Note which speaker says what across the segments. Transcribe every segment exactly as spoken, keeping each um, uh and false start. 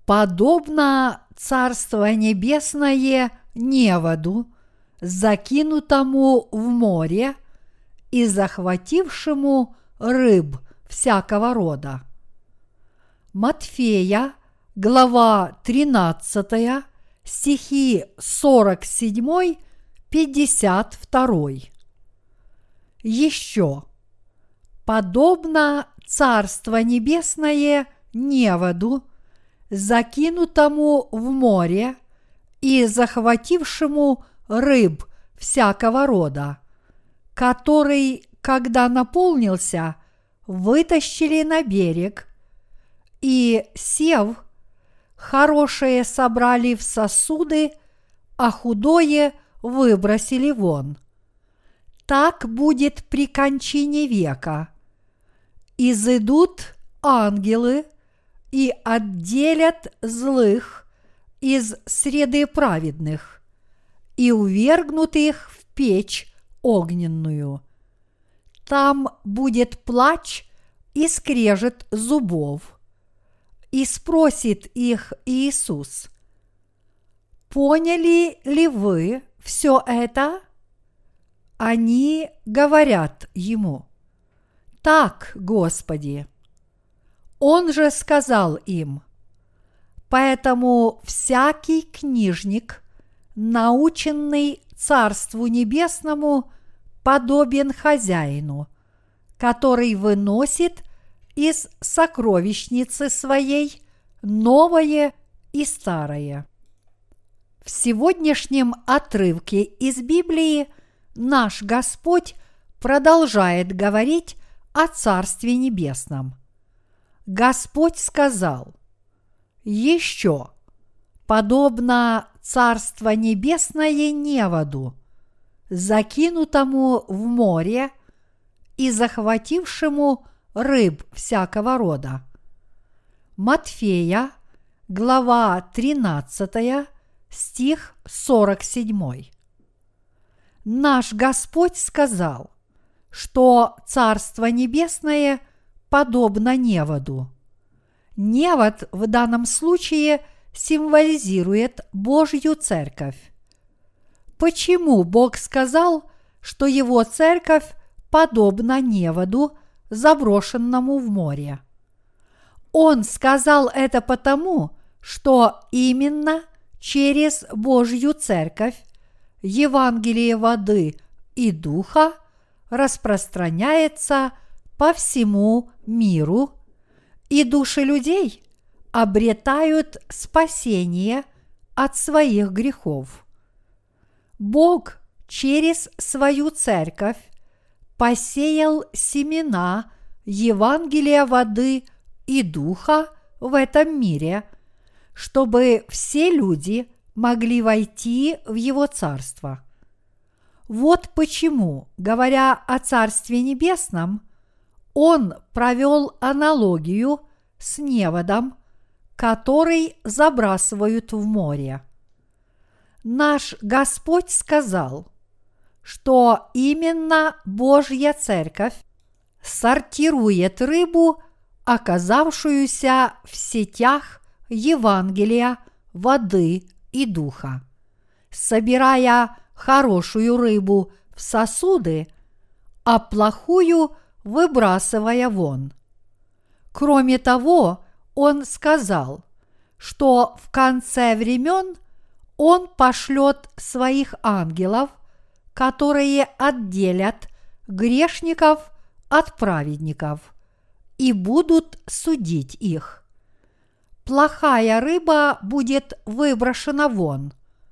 Speaker 1: Подобно Царство Небесное неводу, закинутому в море и захватившему рыб всякого рода. Матфея, глава тринадцатая, стихи сорок семь - пятьдесят два. Еще. Подобно Царство Небесное неводу, закинутому в море и захватившему рыб всякого рода, который, когда наполнился, вытащили на берег, и, сев, хорошее собрали в сосуды, а худое выбросили вон. Так будет при кончине века. Изыдут ангелы и отделят злых из среды праведных и увергнут их в печь огненную. Там будет плач и скрежет зубов. И спросит их Иисус: «Поняли ли вы все это?» Они говорят ему: «Так, Господи». Он же сказал им: «Поэтому всякий книжник, наученный Царству Небесному, подобен хозяину, который выносит из сокровищницы своей новое и старое». В сегодняшнем отрывке из Библии наш Господь продолжает говорить о Царстве Небесном. Господь сказал: «Еще, подобно Царство Небесное неводу, закинутому в море и захватившему рыб всякого рода». Матфея, глава тринадцатая, стих сорок семь. Наш Господь сказал, что Царство Небесное подобно неводу. Невод в данном случае символизирует Божью Церковь. Почему Бог сказал, что Его Церковь подобна неводу, заброшенному в море? Он сказал это потому, что именно через Божью Церковь Евангелие воды и духа распространяется по всему миру, и души людей обретают спасение от своих грехов. Бог через свою церковь посеял семена Евангелия воды и духа в этом мире, чтобы все люди могли войти в Его Царство. Вот почему, говоря о Царстве Небесном, Он провел аналогию с неводом, который забрасывают в море. Наш Господь сказал, что именно Божья Церковь сортирует рыбу, оказавшуюся в сетях Евангелия воды и духа, собирая хорошую рыбу в сосуды, а плохую выбрасывая вон. Кроме того, Он сказал, что в конце времен Он пошлет своих ангелов, которые отделят грешников от праведников и будут судить их. Плохая рыба будет выброшена вон,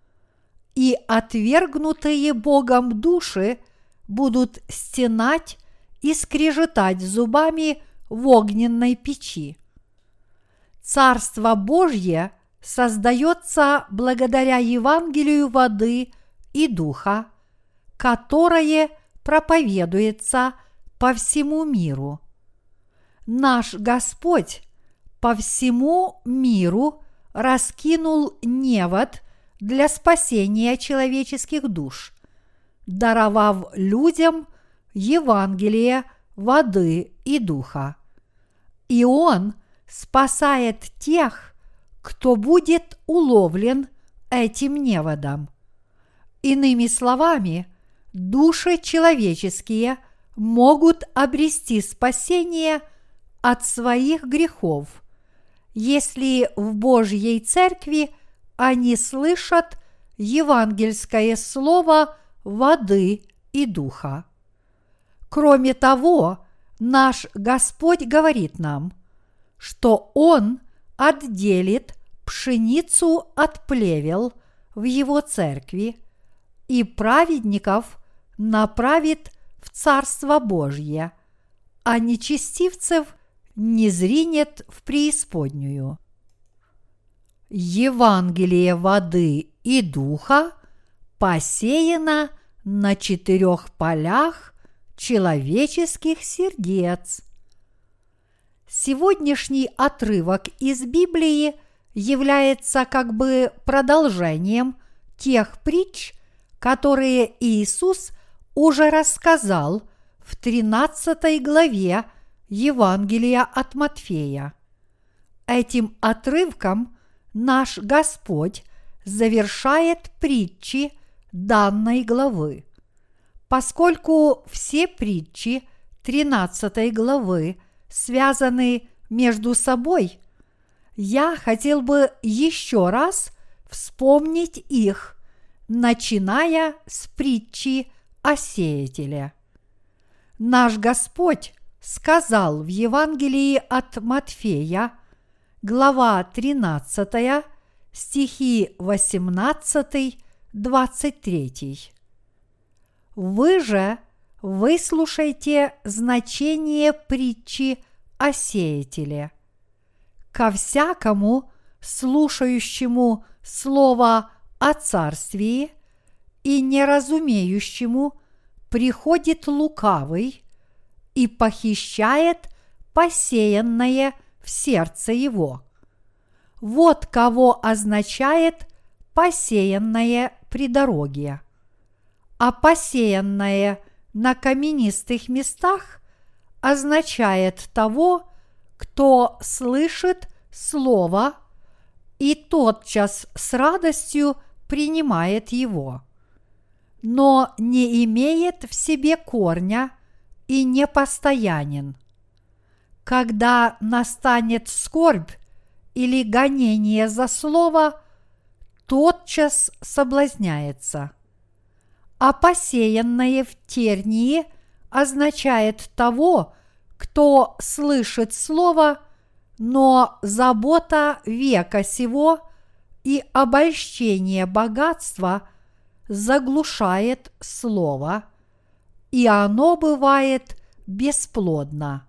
Speaker 1: и отвергнутые Богом души будут стенать и скрежетать зубами в огненной печи. Царство Божье создается благодаря Евангелию воды и духа, которое проповедуется по всему миру. Наш Господь по всему миру раскинул невод для спасения человеческих душ, даровав людям Евангелие воды и духа. И Он спасает тех, кто будет уловлен этим неводом. Иными словами, души человеческие могут обрести спасение от своих грехов, если в Божьей Церкви они слышат евангельское слово воды и духа. Кроме того, наш Господь говорит нам, что Он отделит пшеницу от плевел в Его Церкви и праведников направит в Царство Божье, а нечестивцев низвергнет в преисподнюю. Евангелие воды и духа посеяно на четырех полях человеческих сердец. Сегодняшний отрывок из Библии является как бы продолжением тех притч, которые Иисус уже рассказал в тринадцатой главе Евангелия от Матфея. Этим отрывком наш Господь завершает притчи данной главы. Поскольку все притчи тринадцатой главы связаны между собой, я хотел бы еще раз вспомнить их, начиная с притчи о сеятеле. Наш Господь сказал в Евангелии от Матфея, глава тринадцатая, стихи восемнадцатый-двадцать три. Вы же выслушайте значение притчи о сеятеле. Ко всякому, слушающему слово о царствии и неразумеющему, приходит лукавый и похищает посеянное в сердце его. Вот кого означает посеянное при дороге. А посеянное на каменистых местах означает того, кто слышит слово и тотчас с радостью принимает его, но не имеет в себе корня и непостоянен. Когда настанет скорбь или гонение за слово, тотчас соблазняется. А посеянное в тернии означает того, кто слышит слово, но забота века сего и обольщение богатства заглушает слово, и оно бывает бесплодно.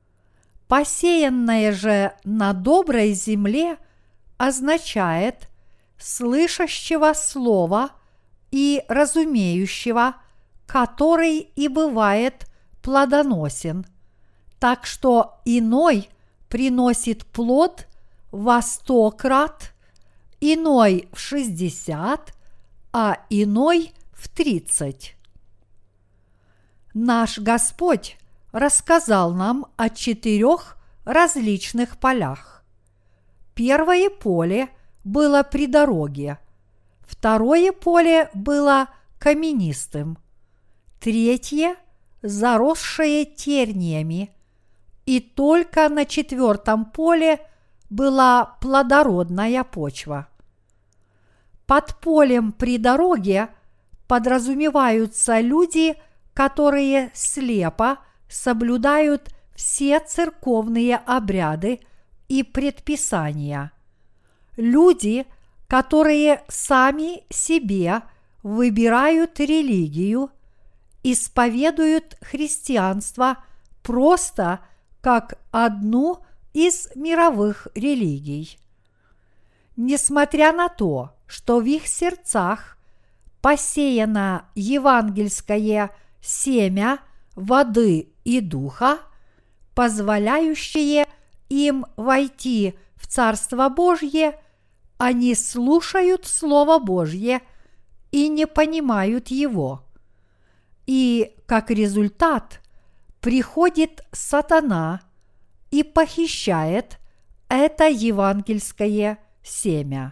Speaker 1: Посеянное же на доброй земле означает слышащего слова и разумеющего, который и бывает плодоносен, так что иной приносит плод во сто крат, иной в шестьдесят, а иной в тридцать. Наш Господь рассказал нам о четырех различных полях. Первое поле было при дороге, второе поле было каменистым, третье – заросшее терниями, и только на четвертом поле была плодородная почва. Под полем при дороге подразумеваются люди, которые слепо соблюдают все церковные обряды и предписания. Люди, которые сами себе выбирают религию, исповедуют христианство просто как одну из мировых религий. Несмотря на то, что в их сердцах посеяно евангельское семя воды и духа, позволяющее им войти в Царство Божье, они слушают Слово Божье и не понимают его. И, как результат, приходит сатана и похищает это евангельское семя.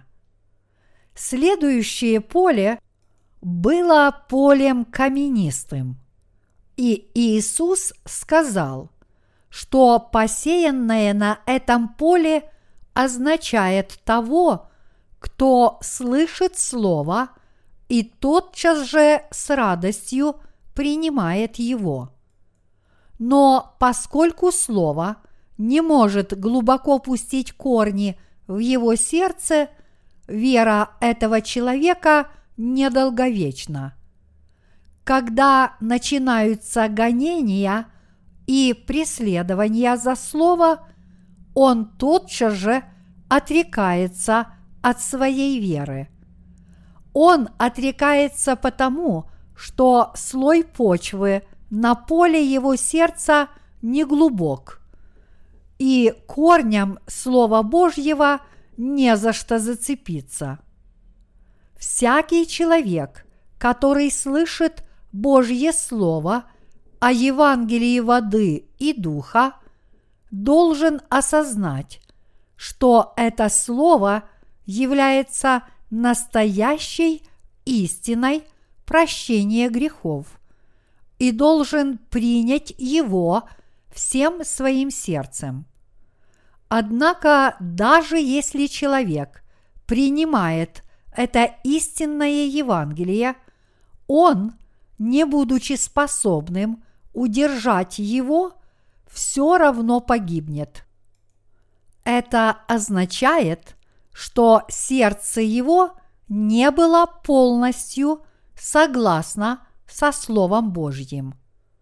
Speaker 1: Следующее поле было полем каменистым. И Иисус сказал, что посеянное на этом поле означает того, кто слышит слово и тотчас же с радостью принимает его. Но поскольку слово не может глубоко пустить корни в его сердце, вера этого человека недолговечна. Когда начинаются гонения и преследования за слово, он тотчас же отрекается от своей веры. Он отрекается потому, что слой почвы на поле его сердца не глубок, и корням Слова Божьего не за что зацепиться. Всякий человек, который слышит Божье Слово о Евангелии воды и духа, должен осознать, что это Слово является настоящей истиной прощения грехов и должен принять его всем своим сердцем. Однако, даже если человек принимает это истинное Евангелие, он, не будучи способным удержать его, все равно погибнет. Это означает, что сердце его не было полностью согласно со Словом Божьим.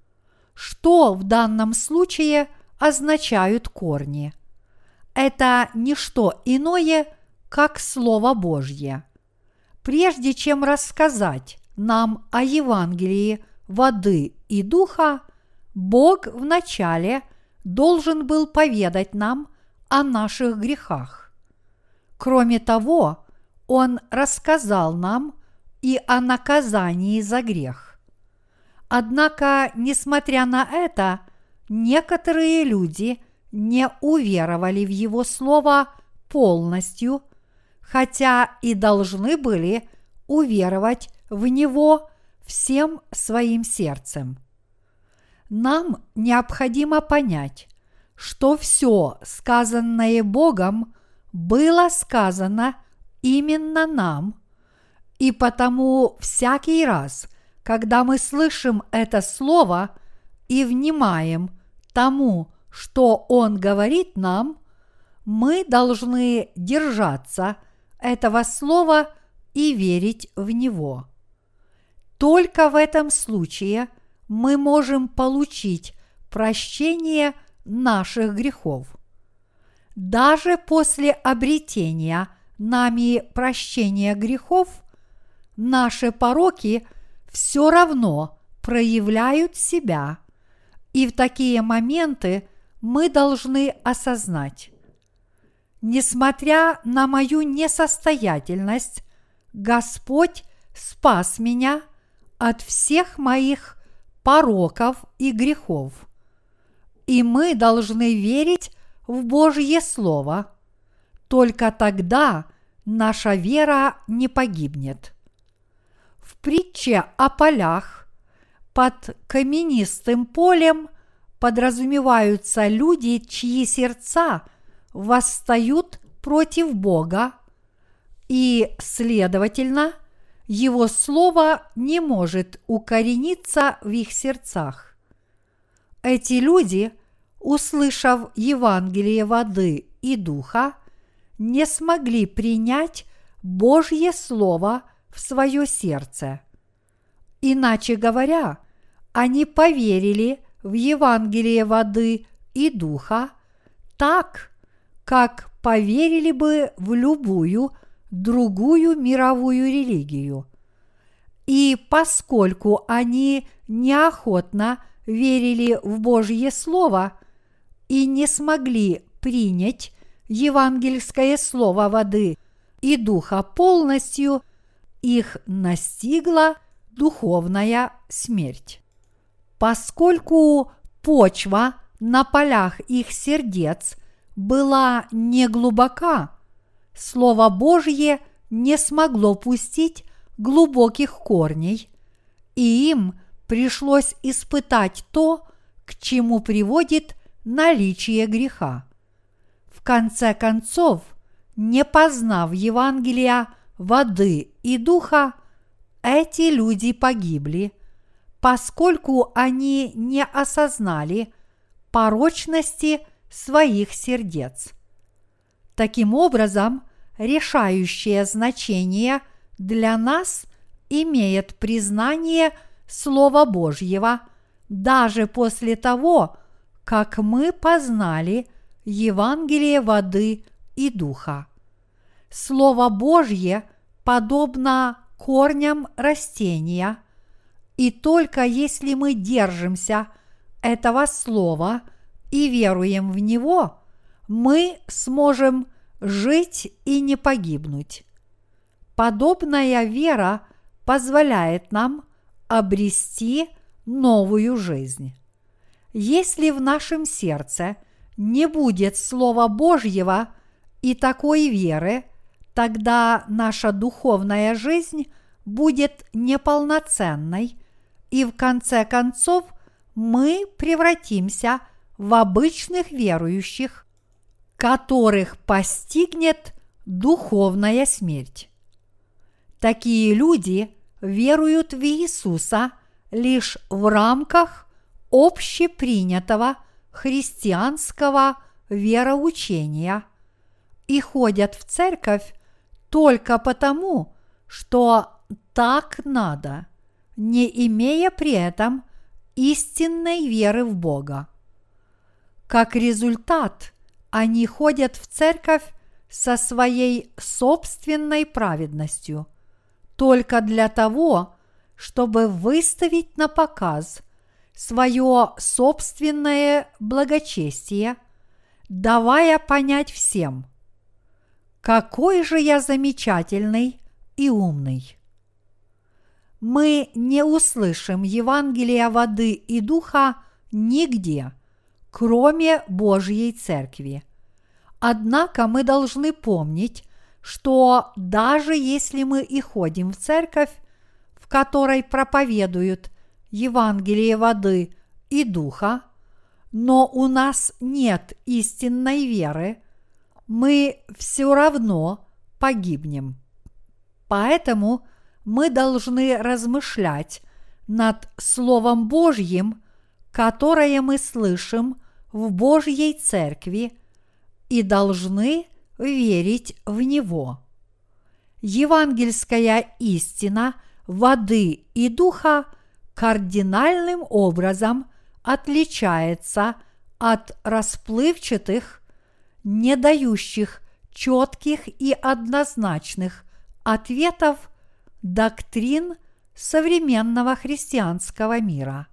Speaker 1: Что в данном случае означают корни? Это не что иное, как Слово Божье. Прежде чем рассказать нам о Евангелии воды и духа, Бог вначале должен был поведать нам о наших грехах. Кроме того, Он рассказал нам и о наказании за грех. Однако, несмотря на это, некоторые люди не уверовали в Его Слово полностью, хотя и должны были уверовать в Него всем своим сердцем. Нам необходимо понять, что все сказанное Богом было сказано именно нам, и потому всякий раз, когда мы слышим это слово и внимаем тому, что Он говорит нам, мы должны держаться этого слова и верить в него. Только в этом случае мы можем получить прощение наших грехов. Даже после обретения нами прощения грехов, наши пороки все равно проявляют себя, и в такие моменты мы должны осознать: несмотря на мою несостоятельность, Господь спас меня от всех моих пороков и грехов. И мы должны верить в Божье Слово. Только тогда наша вера не погибнет. В притче о полях под каменистым полем подразумеваются люди, чьи сердца восстают против Бога, и, следовательно, Его Слово не может укорениться в их сердцах. Эти люди, услышав Евангелие воды и духа, не смогли принять Божье Слово в свое сердце. Иначе говоря, они поверили в Евангелие воды и духа так, как поверили бы в любую другую мировую религию. И поскольку они неохотно верили в Божье Слово и не смогли принять евангельское слово воды и духа полностью, их настигла духовная смерть. Поскольку почва на полях их сердец была неглубока, Слово Божье не смогло пустить глубоких корней, и им пришлось испытать то, к чему приводит наличие греха. В конце концов, не познав Евангелия воды и духа, эти люди погибли, поскольку они не осознали порочности своих сердец. Таким образом, решающее значение для нас имеет признание Слова Божьего даже после того, как мы познали Евангелие воды и духа. Слово Божье подобно корням растения, и только если мы держимся этого слова и веруем в него, мы сможем жить и не погибнуть. Подобная вера позволяет нам обрести новую жизнь. Если в нашем сердце не будет Слова Божьего и такой веры, тогда наша духовная жизнь будет неполноценной, и в конце концов мы превратимся в обычных верующих, которых постигнет духовная смерть. Такие люди веруют в Иисуса лишь в рамках общепринятого христианского вероучения и ходят в церковь только потому, что так надо, не имея при этом истинной веры в Бога. Как результат, они ходят в церковь со своей собственной праведностью, только для того, чтобы выставить на показ свое собственное благочестие, давая понять всем: какой же я замечательный и умный. Мы не услышим Евангелия воды и духа нигде, кроме Божьей Церкви. Однако мы должны помнить, что даже если мы и ходим в церковь, в которой проповедуют Евангелие воды и духа, но у нас нет истинной веры, мы все равно погибнем. Поэтому мы должны размышлять над Словом Божьим, которое мы слышим в Божьей Церкви, и должны верить в него. Евангельская истина воды и духа кардинальным образом отличается от расплывчатых, не дающих четких и однозначных ответов доктрин современного христианского мира.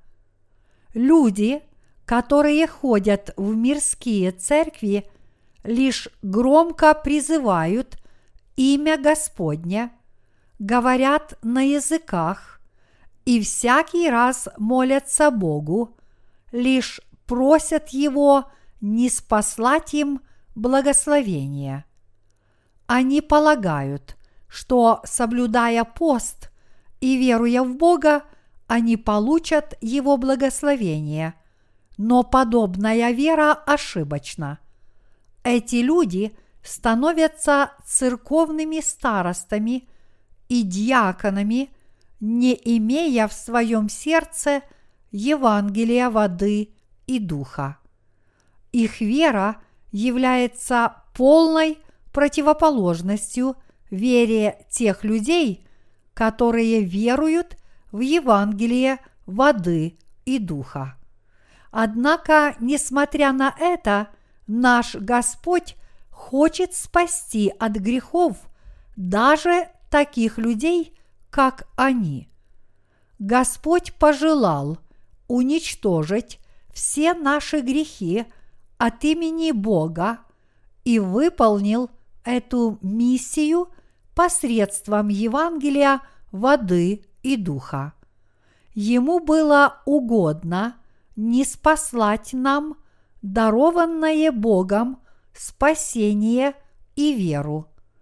Speaker 1: Люди, которые ходят в мирские церкви, лишь громко призывают имя Господне, говорят на языках и всякий раз молятся Богу, лишь просят Его ниспослать им благословение. Они полагают, что, соблюдая пост и веруя в Бога, они получат Его благословение, но подобная вера ошибочна. Эти люди становятся церковными старостами и диаконами, не имея в своем сердце Евангелия воды и духа. Их вера является полной противоположностью вере тех людей, которые веруют в Евангелие воды и духа. Однако, несмотря на это, наш Господь хочет спасти от грехов даже таких людей, как они. Господь пожелал уничтожить все наши грехи от имени Бога и выполнил эту миссию посредством Евангелия воды и духа. Ему было угодно ниспослать нам дарованное Богом спасение и веру.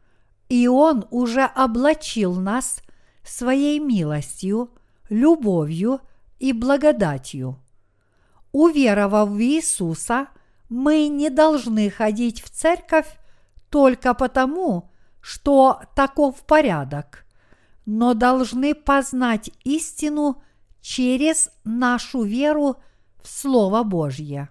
Speaker 1: и Он уже облачил нас своей милостью, любовью и благодатью. Уверовав в Иисуса, мы не должны ходить в церковь только потому, что таков порядок, но должны познать истину через нашу веру в Слово Божье.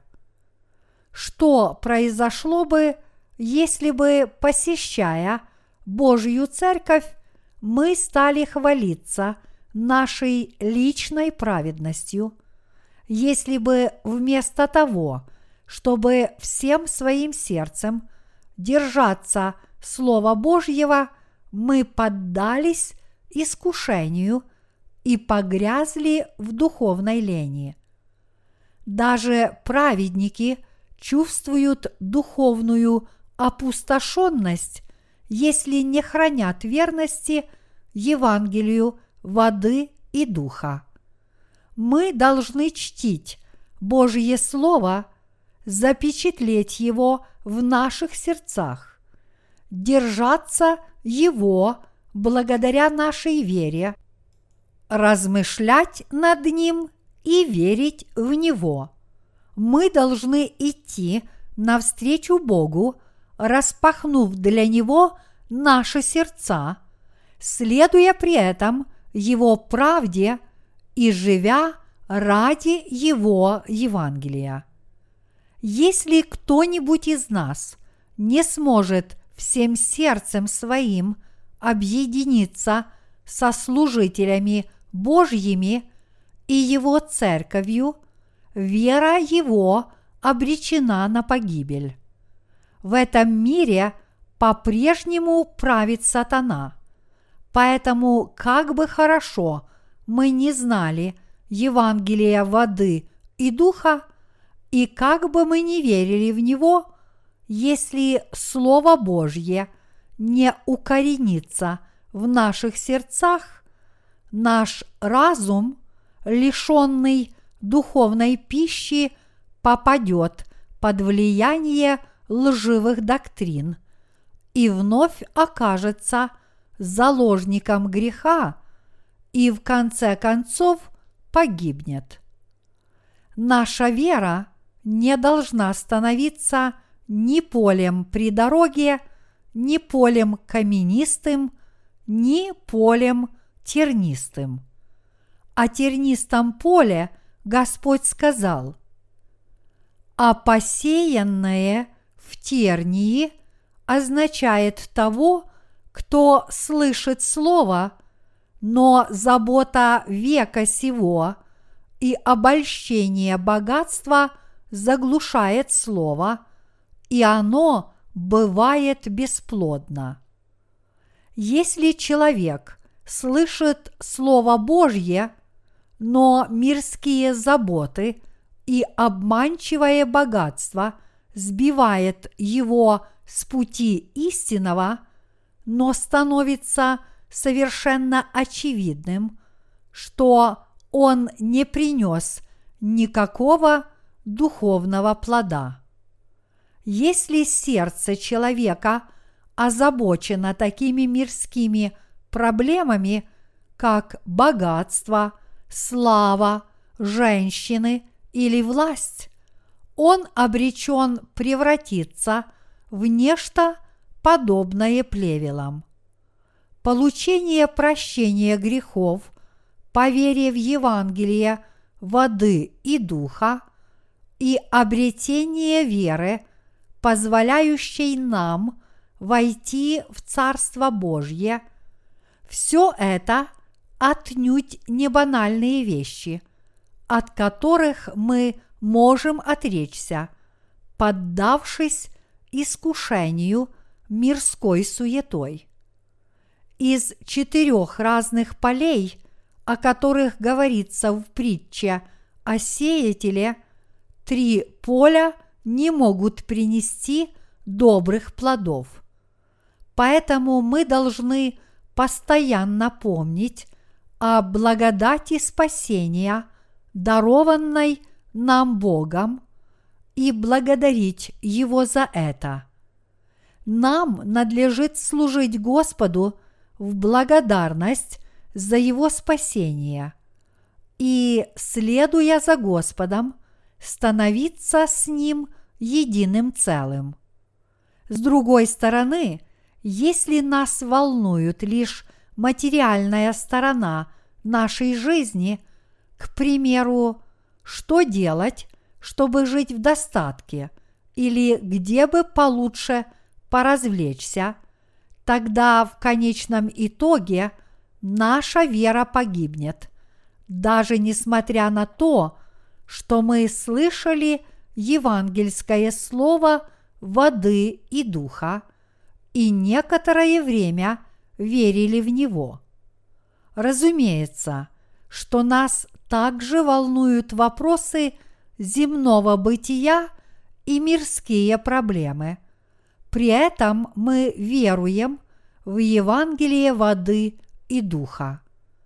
Speaker 1: Что произошло бы, если бы, посещая Божью церковь, мы стали хвалиться нашей личной праведностью, если бы вместо того, чтобы всем своим сердцем держаться Слова Божьего, мы поддались искушению и погрязли в духовной лени. Даже праведники чувствуют духовную опустошенность, если не хранят верности Евангелию воды и духа. Мы должны чтить Божье Слово, запечатлеть его в наших сердцах, держаться его благодаря нашей вере, размышлять над ним и верить в него. Мы должны идти навстречу Богу, распахнув для Него наши сердца, следуя при этом Его правде и живя ради Его Евангелия. Если кто-нибудь из нас не сможет всем сердцем своим объединиться со служителями Божьими и Его церковью, вера его обречена на погибель. В этом мире по-прежнему правит сатана, поэтому, как бы хорошо мы не знали Евангелия воды и духа, и как бы мы не верили в него, если Слово Божье не укоренится в наших сердцах, наш разум, лишенный духовной пищи, попадет под влияние лживых доктрин и вновь окажется заложником греха и в конце концов погибнет. Наша вера не должна становиться ни полем при дороге, ни полем каменистым, ни полем тернистым. О тернистом поле Господь сказал: «А посеянное в тернии» означает того, кто слышит слово, но забота века сего и обольщение богатства заглушает слово, и оно бывает бесплодно. Если человек слышит Слово Божье, но мирские заботы и обманчивое богатство сбивает его с пути истинного, но становится совершенно очевидным, что он не принес никакого духовного плода. Если сердце человека озабочено такими мирскими проблемами, как богатство, слава, женщины или власть, он обречен превратиться в нечто подобное плевелам. Получение прощения грехов по вере в Евангелие воды и духа и обретение веры, позволяющей нам войти в Царство Божье, все это отнюдь не банальные вещи, от которых мы можем отречься, поддавшись искушению мирской суетой. Из четырех разных полей, о которых говорится в притче о сеятеле, три поля не могут принести добрых плодов. Поэтому мы должны постоянно помнить о благодати спасения, дарованной нам Богом, и благодарить Его за это. нам надлежит служить Господу в благодарность за Его спасение и, следуя за Господом, становиться с Ним единым целым. С другой стороны, если нас волнует лишь материальная сторона нашей жизни, к примеру, что делать, чтобы жить в достатке, или где бы получше поразвлечься, тогда в конечном итоге наша вера погибнет, даже несмотря на то, что мы слышали евангельское слово воды и духа и некоторое время верили в него. Разумеется, что нас также волнуют вопросы земного бытия и мирские проблемы. При этом мы веруем в Евангелие воды и духа.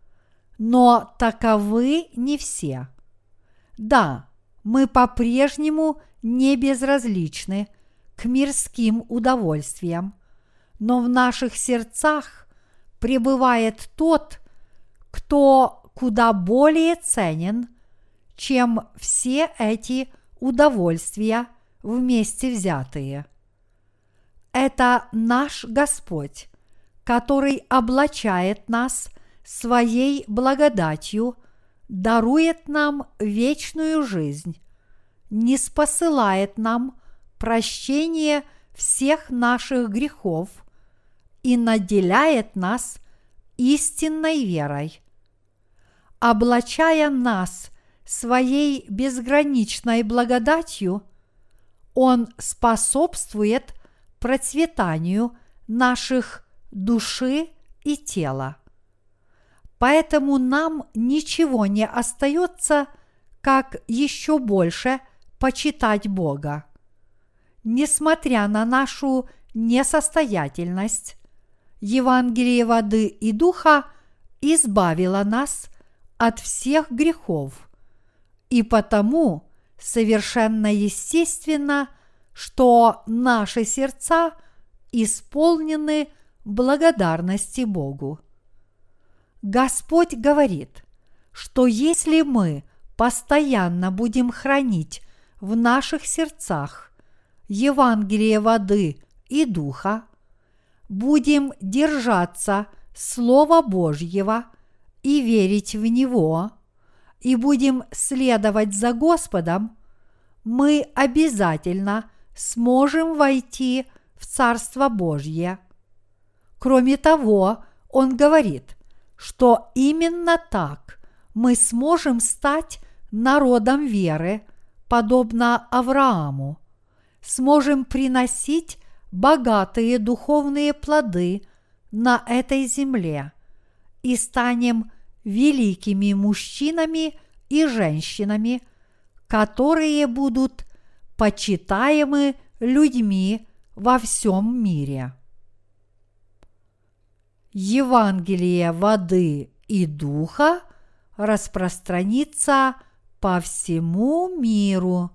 Speaker 1: Но таковы не все. Да, мы по-прежнему не безразличны к мирским удовольствиям, но в наших сердцах пребывает тот, кто куда более ценен, чем все эти удовольствия вместе взятые. Это наш Господь, который облачает нас своей благодатью, дарует нам вечную жизнь, ниспосылает нам прощение всех наших грехов и наделяет нас истинной верой. Облачая нас своей безграничной благодатью, Он способствует процветанию наших души и тела. Поэтому нам ничего не остается, как еще больше почитать Бога. Несмотря на нашу несостоятельность, Евангелие воды и духа избавило нас от всех грехов, и потому совершенно естественно, что наши сердца исполнены благодарности Богу. Господь говорит, что если мы постоянно будем хранить в наших сердцах Евангелие воды и духа, будем держаться Слова Божьего и верить в Него, и будем следовать за Господом, мы обязательно сможем войти в Царство Божье. Кроме того, Он говорит, что именно так мы сможем стать народом веры, подобно Аврааму, сможем приносить богатые духовные плоды на этой земле и станем великими мужчинами и женщинами, которые будут почитаемы людьми во всем мире. Евангелие воды и духа распространится по всему миру.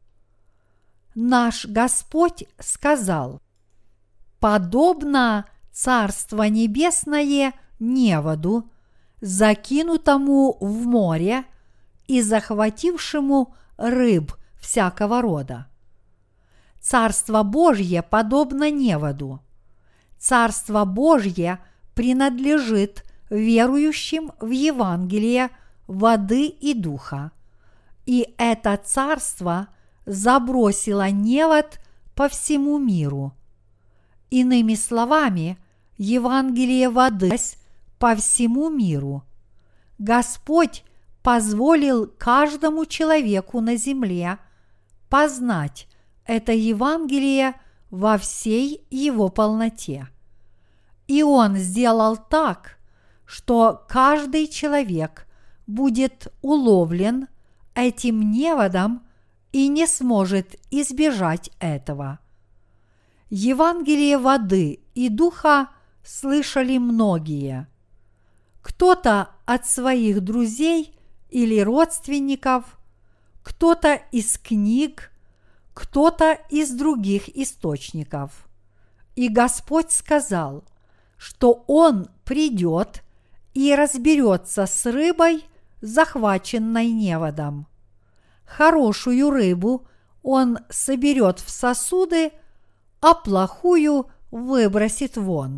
Speaker 1: Наш Господь сказал: «Подобно Царство Небесное неводу, закинутому в море и захватившему рыб всякого рода». Царство Божье подобно неводу. Царство Божье принадлежит верующим в Евангелие воды и духа. И это царство забросило невод по всему миру. Иными словами, Евангелие воды по всему миру. Господь позволил каждому человеку на земле познать это Евангелие во всей его полноте. И Он сделал так, что каждый человек будет уловлен этим неводом и не сможет избежать этого. Евангелие воды и духа слышали многие. Кто-то от своих друзей или родственников, кто-то из книг, кто-то из других источников. И Господь сказал, что Он придет и разберется с рыбой, захваченной неводом. Хорошую рыбу Он соберет в сосуды, а плохую выбросит вон.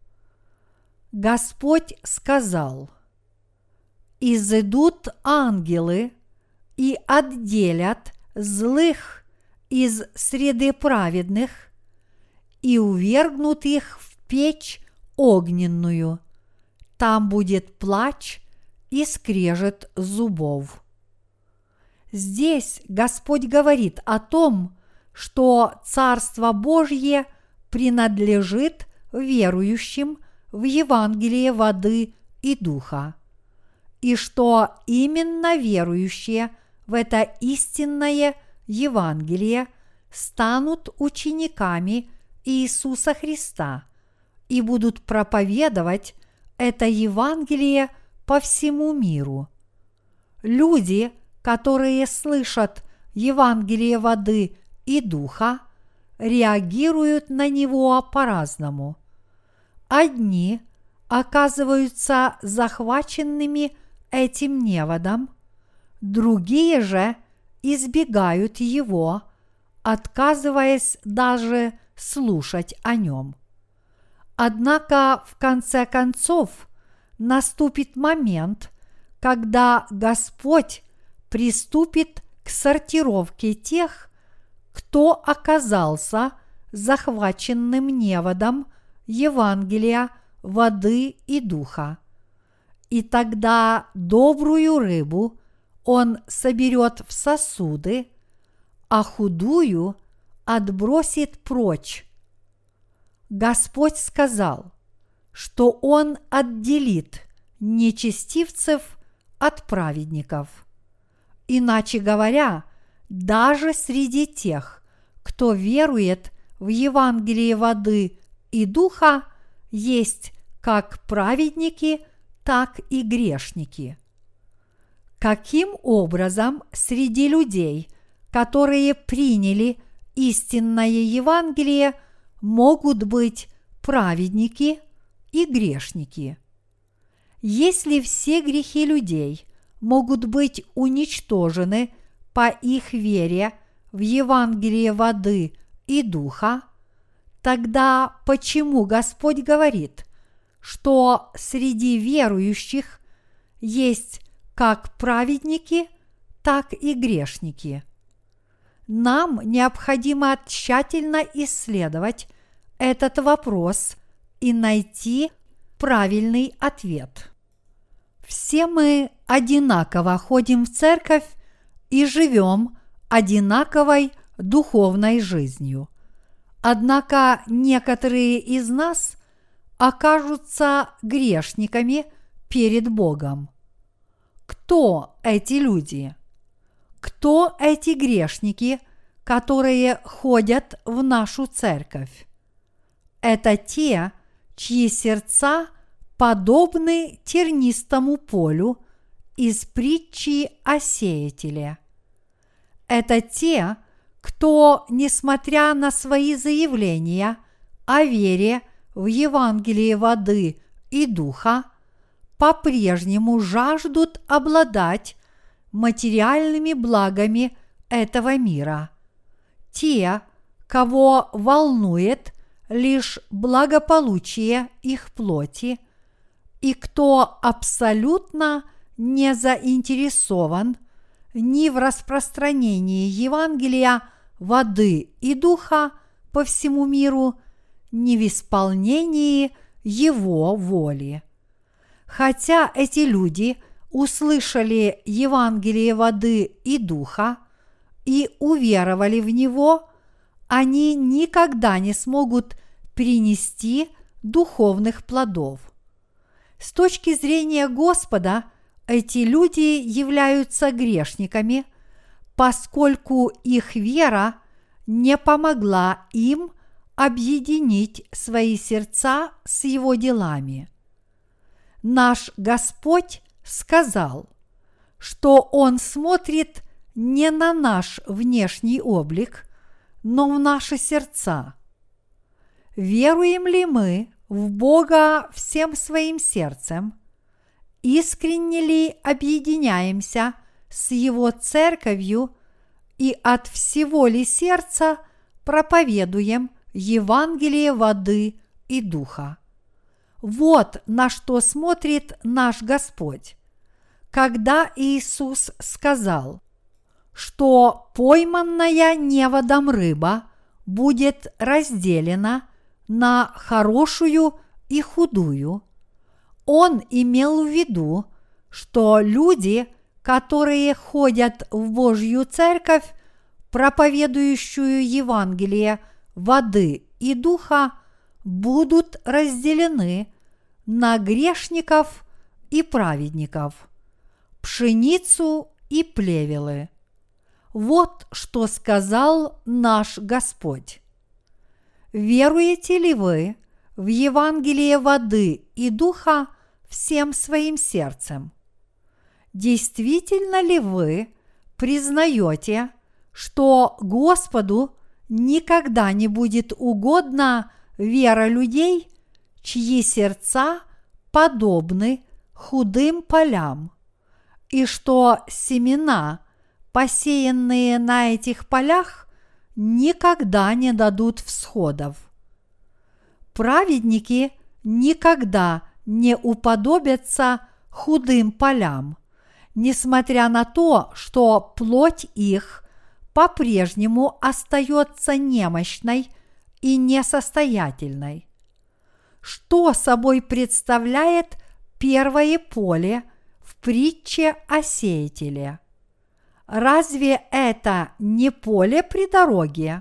Speaker 1: Господь сказал: «Изыдут ангелы и отделят злых из среды праведных и увергнут их в печь огненную. Там будет плач и скрежет зубов». Здесь Господь говорит о том, что Царство Божье принадлежит верующим в Евангелие воды и духа, и что именно верующие в это истинное Евангелие станут учениками Иисуса Христа и будут проповедовать это Евангелие по всему миру. Люди, которые слышат Евангелие воды и духа, реагируют на него по-разному. Одни оказываются захваченными этим неводом, другие же избегают его, отказываясь даже слушать о нем. Однако в конце концов наступит момент, когда Господь приступит к сортировке тех, кто оказался захваченным неводом Евангелия воды и духа. И тогда добрую рыбу Он соберет в сосуды, а худую отбросит прочь. Господь сказал, что Он отделит нечестивцев от праведников. Иначе говоря, даже среди тех, кто верует в Евангелие воды и духа, есть как праведники, так и грешники. Каким образом среди людей, которые приняли истинное Евангелие, могут быть праведники и грешники? Если все грехи людей могут быть уничтожены по их вере в Евангелие воды и духа, тогда почему Господь говорит, что среди верующих есть как праведники, так и грешники? Нам необходимо тщательно исследовать этот вопрос и найти правильный ответ. Все мы одинаково ходим в церковь и живем одинаковой духовной жизнью. Однако некоторые из нас окажутся грешниками перед Богом. Кто эти люди? Кто эти грешники, которые ходят в нашу церковь? Это те, чьи сердца подобны тернистому полю из притчи о сеятеле. Это те, кто, несмотря на свои заявления о вере в Евангелие воды и духа, по-прежнему жаждут обладать материальными благами этого мира. Те, кого волнует лишь благополучие их плоти, и кто абсолютно не заинтересован ни в распространении Евангелия воды и духа по всему миру, ни в исполнении его воли. Хотя эти люди услышали Евангелие воды и духа и уверовали в него, они никогда не смогут принести духовных плодов. С точки зрения Господа, эти люди являются грешниками, поскольку их вера не помогла им объединить свои сердца с Его делами. Наш Господь сказал, что Он смотрит не на наш внешний облик, но в наши сердца. веруем ли мы в Бога всем своим сердцем, искренне ли объединяемся с Его церковью и от всего ли сердца проповедуем Евангелие воды и духа. Вот на что смотрит наш Господь, когда Иисус сказал, что пойманная неводом рыба будет разделена на хорошую и худую. Он имел в виду, что люди, которые ходят в Божью церковь, проповедующую Евангелие воды и духа, будут разделены на грешников и праведников, пшеницу и плевелы. Вот что сказал наш Господь. Веруете ли вы в Евангелие воды и духа всем своим сердцем? Действительно ли вы признаете, что Господу никогда не будет угодна вера людей, чьи сердца подобны худым полям, и что семена, посеянные на этих полях, никогда не дадут всходов? Праведники никогда не уподобятся худым полям, несмотря на то, что плоть их по-прежнему остается немощной и несостоятельной. Что собой представляет первое поле в притче о сеятеле? Разве это не поле при дороге?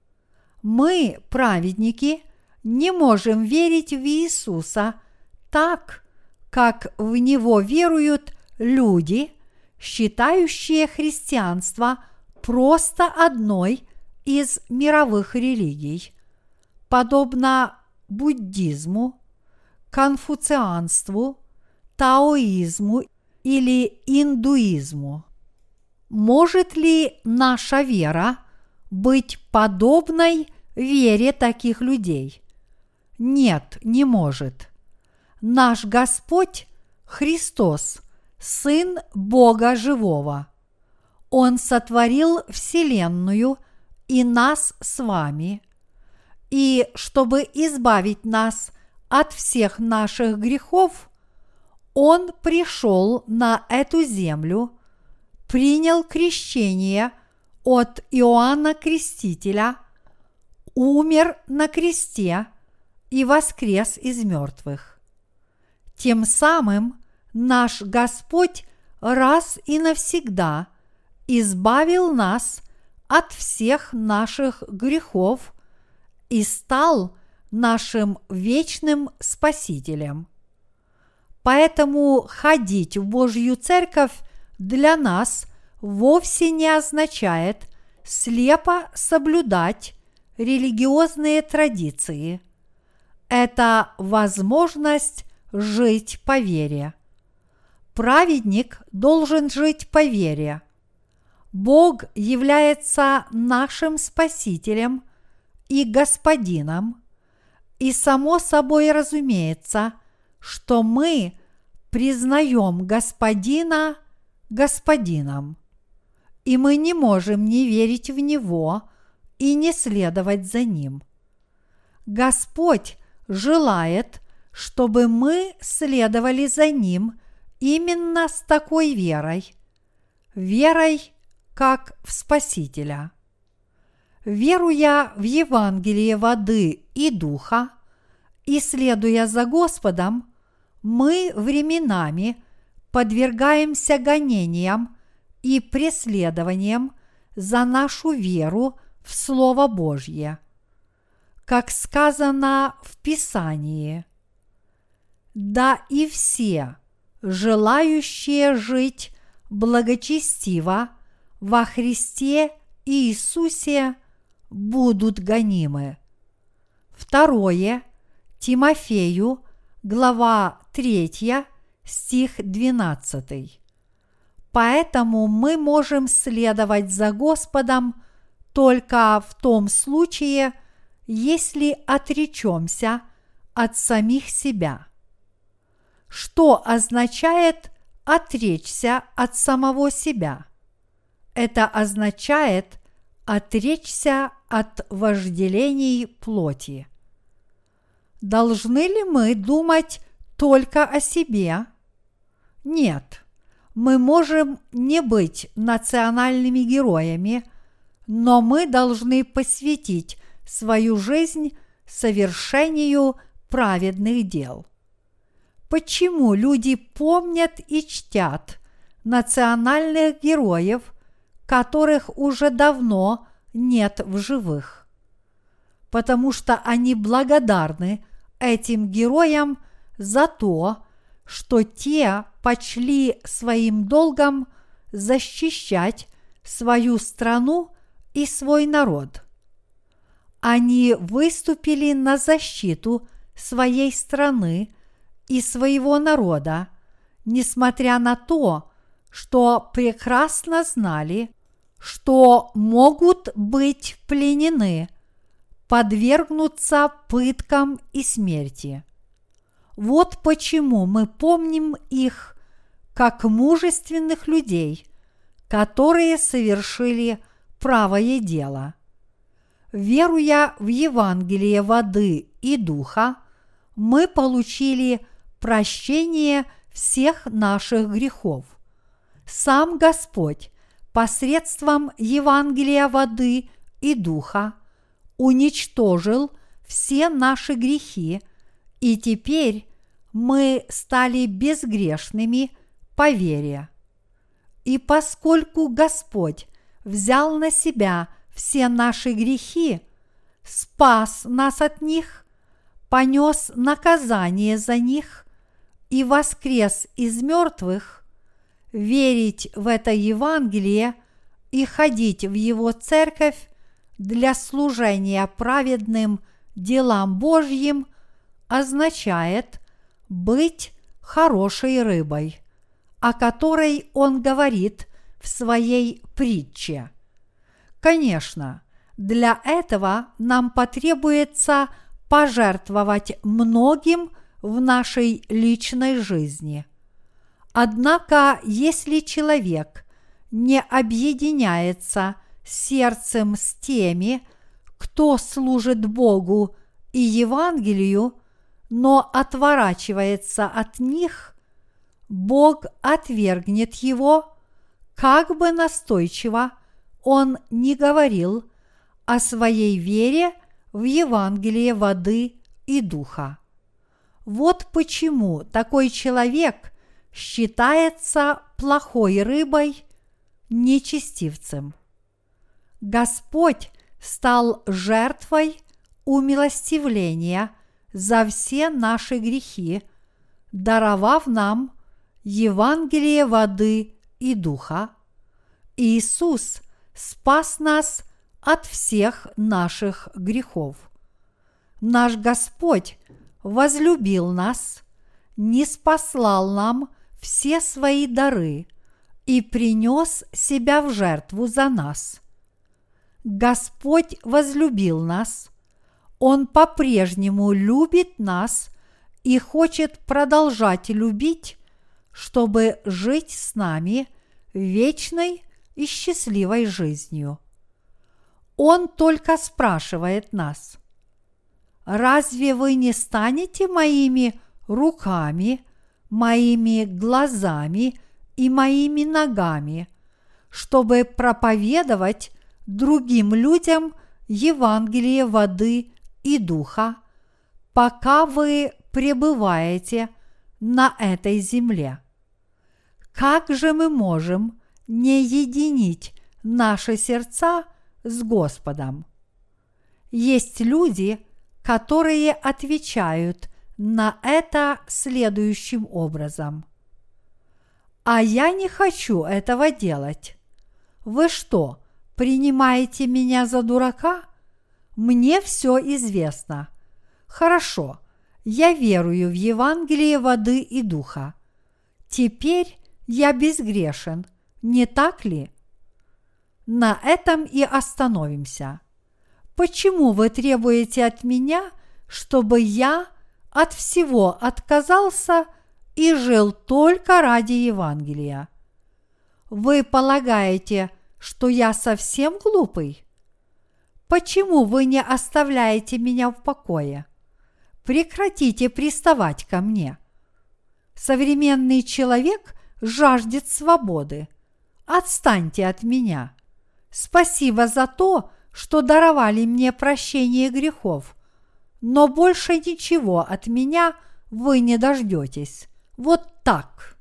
Speaker 1: Мы, праведники, не можем верить в Иисуса так, как в Него веруют люди, считающие христианство просто одной из мировых религий, подобно буддизму, конфуцианству, таоизму или индуизму. Может ли наша вера быть подобной вере таких людей? Нет, не может. Наш Господь Христос, Сын Бога Живого. Он сотворил вселенную и нас с вами. И чтобы избавить нас от всех наших грехов, Он пришел на эту землю, принял крещение от Иоанна Крестителя, умер на кресте и воскрес из мертвых. Тем самым наш Господь раз и навсегда избавил нас от всех наших грехов и стал нашим вечным Спасителем. Поэтому ходить в Божью церковь для нас вовсе не означает слепо соблюдать религиозные традиции. Это возможность жить по вере. Праведник должен жить по вере. Бог является нашим Спасителем и Господином, и само собой разумеется, что мы признаем Господина Господином, и мы не можем не верить в Него и не следовать за Ним. Господь желает, чтобы мы следовали за Ним именно с такой верой, верой как в Спасителя. Веруя в Евангелие воды и духа и следуя за Господом, мы временами подвергаемся гонениям и преследованиям за нашу веру в Слово Божье. Как сказано в Писании: «Да и все, желающие жить благочестиво во Христе Иисусе, будут гонимы». Второе Тимофею, глава третья, стих двенадцатый. Поэтому мы можем следовать за Господом только в том случае, если отречемся от самих себя. Что означает отречься от самого себя? Это означает отречься от вожделений плоти. Должны ли мы думать только о себе? Нет, мы можем не быть национальными героями, но мы должны посвятить свою жизнь совершению праведных дел. Почему люди помнят и чтят национальных героев, которых уже давно нет в живых? Потому что они благодарны этим героям за то, что те почли своим долгом защищать свою страну и свой народ. Они выступили на защиту своей страны и своего народа, несмотря на то, что прекрасно знали, что могут быть пленены, подвергнуться пыткам и смерти. Вот почему мы помним их как мужественных людей, которые совершили правое дело. Веруя в Евангелие воды и духа, мы получили прощение всех наших грехов. Сам Господь посредством Евангелия воды и духа уничтожил все наши грехи, и теперь мы стали безгрешными по вере. И поскольку Господь взял на себя все наши грехи, спас нас от них, понес наказание за них и воскрес из мертвых, верить в это Евангелие и ходить в Его церковь для служения праведным делам Божьим означает быть хорошей рыбой, о которой Он говорит в своей притче. Конечно, для этого нам потребуется пожертвовать многим в нашей личной жизни. Однако, если человек не объединяется сердцем с теми, кто служит Богу и Евангелию, но отворачивается от них, Бог отвергнет его, как бы настойчиво он ни говорил о своей вере в Евангелие воды и духа. Вот почему такой человек считается плохой рыбой, нечестивцем. Господь стал жертвой умилостивления за все наши грехи, даровав нам Евангелие воды и духа. Иисус спас нас от всех наших грехов. Наш Господь возлюбил нас, ниспослал нам все свои дары и принес себя в жертву за нас. Господь возлюбил нас, Он по-прежнему любит нас и хочет продолжать любить, чтобы жить с нами вечной и счастливой жизнью. Он только спрашивает нас: «Разве вы не станете моими руками, моими глазами и моими ногами, чтобы проповедовать другим людям Евангелие воды и духа, пока вы пребываете на этой земле?» Как же мы можем не единить наши сердца с Господом? Есть люди, которые отвечают на это следующим образом: «А я не хочу этого делать. Вы что, принимаете меня за дурака? Мне все известно. Хорошо, я верую в Евангелие воды и духа. Теперь я безгрешен, не так ли?» На этом и остановимся. Почему вы требуете от меня, чтобы я от всего отказался и жил только ради Евангелия? Вы полагаете, что я совсем глупый? Почему вы не оставляете меня в покое? Прекратите приставать ко мне. Современный человек жаждет свободы. Отстаньте от меня. Спасибо за то, что даровали мне прощение грехов, но больше ничего от меня вы не дождетесь. Вот так.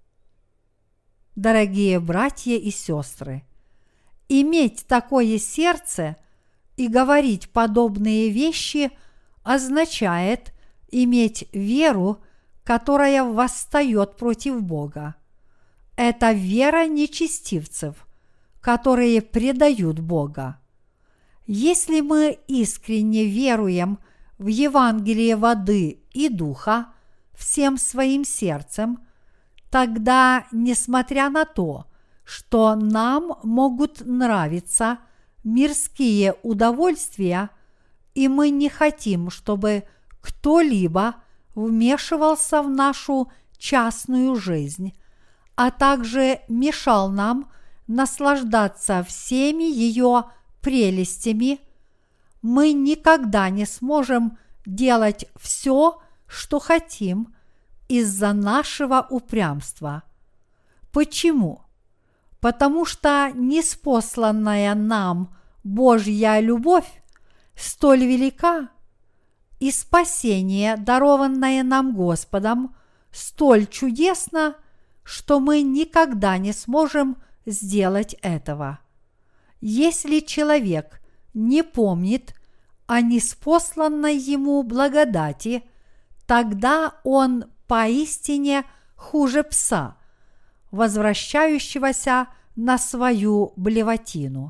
Speaker 1: Дорогие братья и сестры, иметь такое сердце и говорить подобные вещи означает иметь веру, которая восстает против Бога. Это вера нечестивцев, которые предают Бога. Если мы искренне веруем в Евангелие воды и духа всем своим сердцем, тогда, несмотря на то, что нам могут нравиться мирские удовольствия, и мы не хотим, чтобы кто-либо вмешивался в нашу частную жизнь, а также мешал нам наслаждаться всеми ее прелестями, мы никогда не сможем делать все, что хотим, из-за нашего упрямства. Почему? Потому что ниспосланная нам Божья любовь столь велика, и спасение, дарованное нам Господом, столь чудесно, что мы никогда не сможем сделать этого. Если человек не помнит о ниспосланной ему благодати, тогда он поистине хуже пса, возвращающегося на свою блевотину.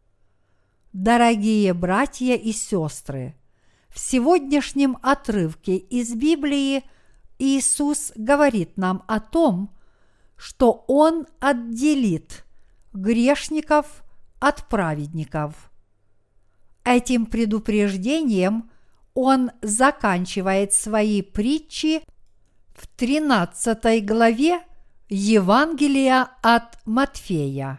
Speaker 1: Дорогие братья и сестры, в сегодняшнем отрывке из Библии Иисус говорит нам о том, что Он отделит грешников от праведников. Этим предупреждением Он заканчивает свои притчи в тринадцатой главе Евангелия от Матфея.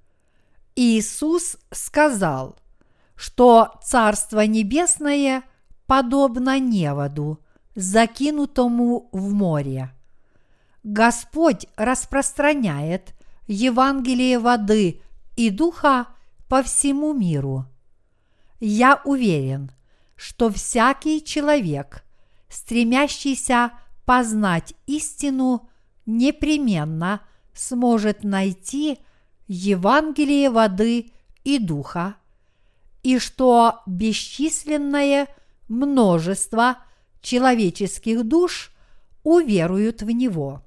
Speaker 1: Иисус сказал, что Царство Небесное подобно неводу, закинутому в море. Господь распространяет Евангелие воды и духа по всему миру. Я уверен, что всякий человек, стремящийся познать истину, непременно сможет найти Евангелие воды и духа, и что бесчисленное множество человеческих душ уверуют в него.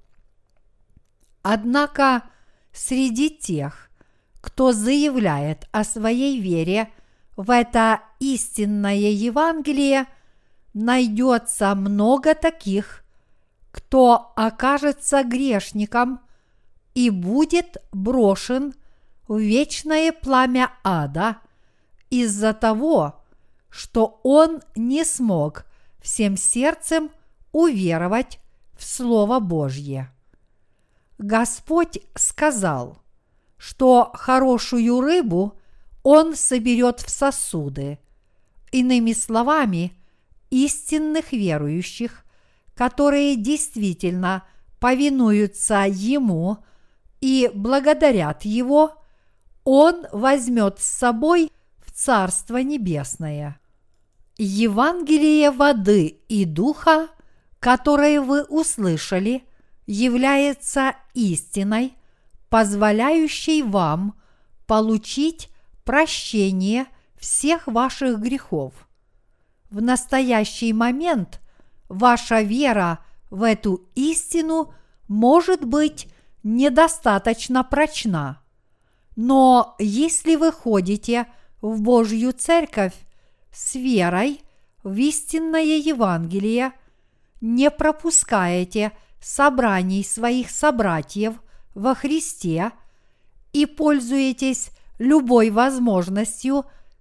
Speaker 1: Однако среди тех, кто заявляет о своей вере в это истинное Евангелие, найдется много таких, кто окажется грешником и будет брошен в вечное пламя ада из-за того, что он не смог всем сердцем уверовать в Слово Божье. Господь сказал, что хорошую рыбу Он соберет в сосуды. Иными словами, истинных верующих, которые действительно повинуются Ему и благодарят Его, Он возьмет с собой в Царство Небесное. Евангелие воды и духа, которое вы услышали, является истиной, позволяющей вам получить прощение всех ваших грехов. В настоящий момент ваша вера в эту истину может быть недостаточно прочна. Но если вы ходите в Божью Церковь с верой в истинное Евангелие, не пропускаете собраний своих собратьев во Христе и пользуетесь любой возможностью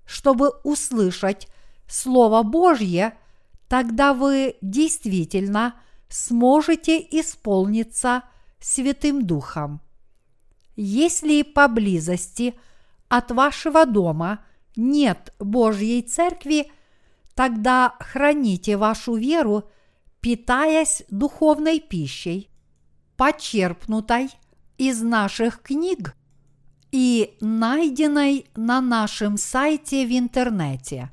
Speaker 1: чтобы услышать Слово Божье, тогда вы действительно сможете исполниться Святым Духом. Если поблизости от вашего дома нет Божьей Церкви, тогда храните вашу веру, питаясь духовной пищей, почерпнутой из наших книг и найденной на нашем сайте в интернете.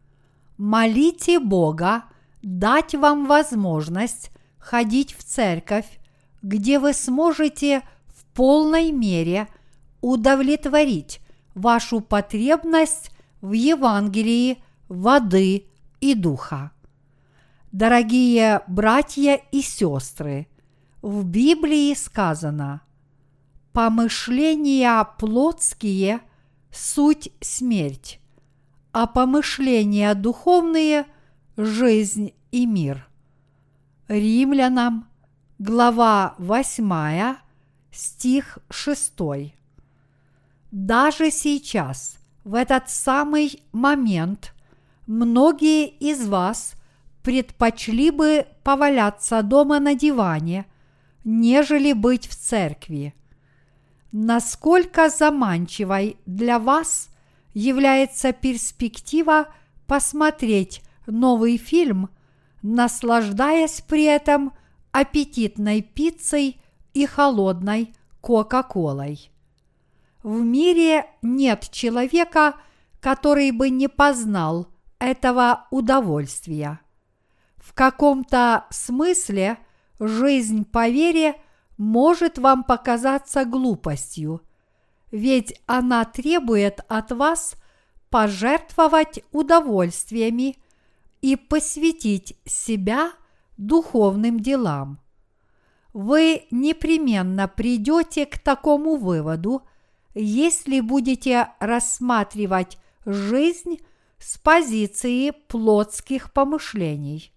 Speaker 1: Молите Бога дать вам возможность ходить в церковь, где вы сможете в полной мере удовлетворить вашу потребность в Евангелии воды и духа. Дорогие братья и сестры, в Библии сказано: «Помышления плотские – суть смерть, а помышления духовные – жизнь и мир». Римлянам, глава восьмая, стих шестой. Даже сейчас, в этот самый момент, многие из вас предпочли бы поваляться дома на диване, нежели быть в церкви. Насколько заманчивой для вас является перспектива посмотреть новый фильм, наслаждаясь при этом аппетитной пиццей и холодной Кока-Колой. В мире нет человека, который бы не познал этого удовольствия. В каком-то смысле жизнь по вере может вам показаться глупостью, ведь она требует от вас пожертвовать удовольствиями и посвятить себя духовным делам. Вы непременно придете к такому выводу, если будете рассматривать жизнь с позиции плотских помышлений.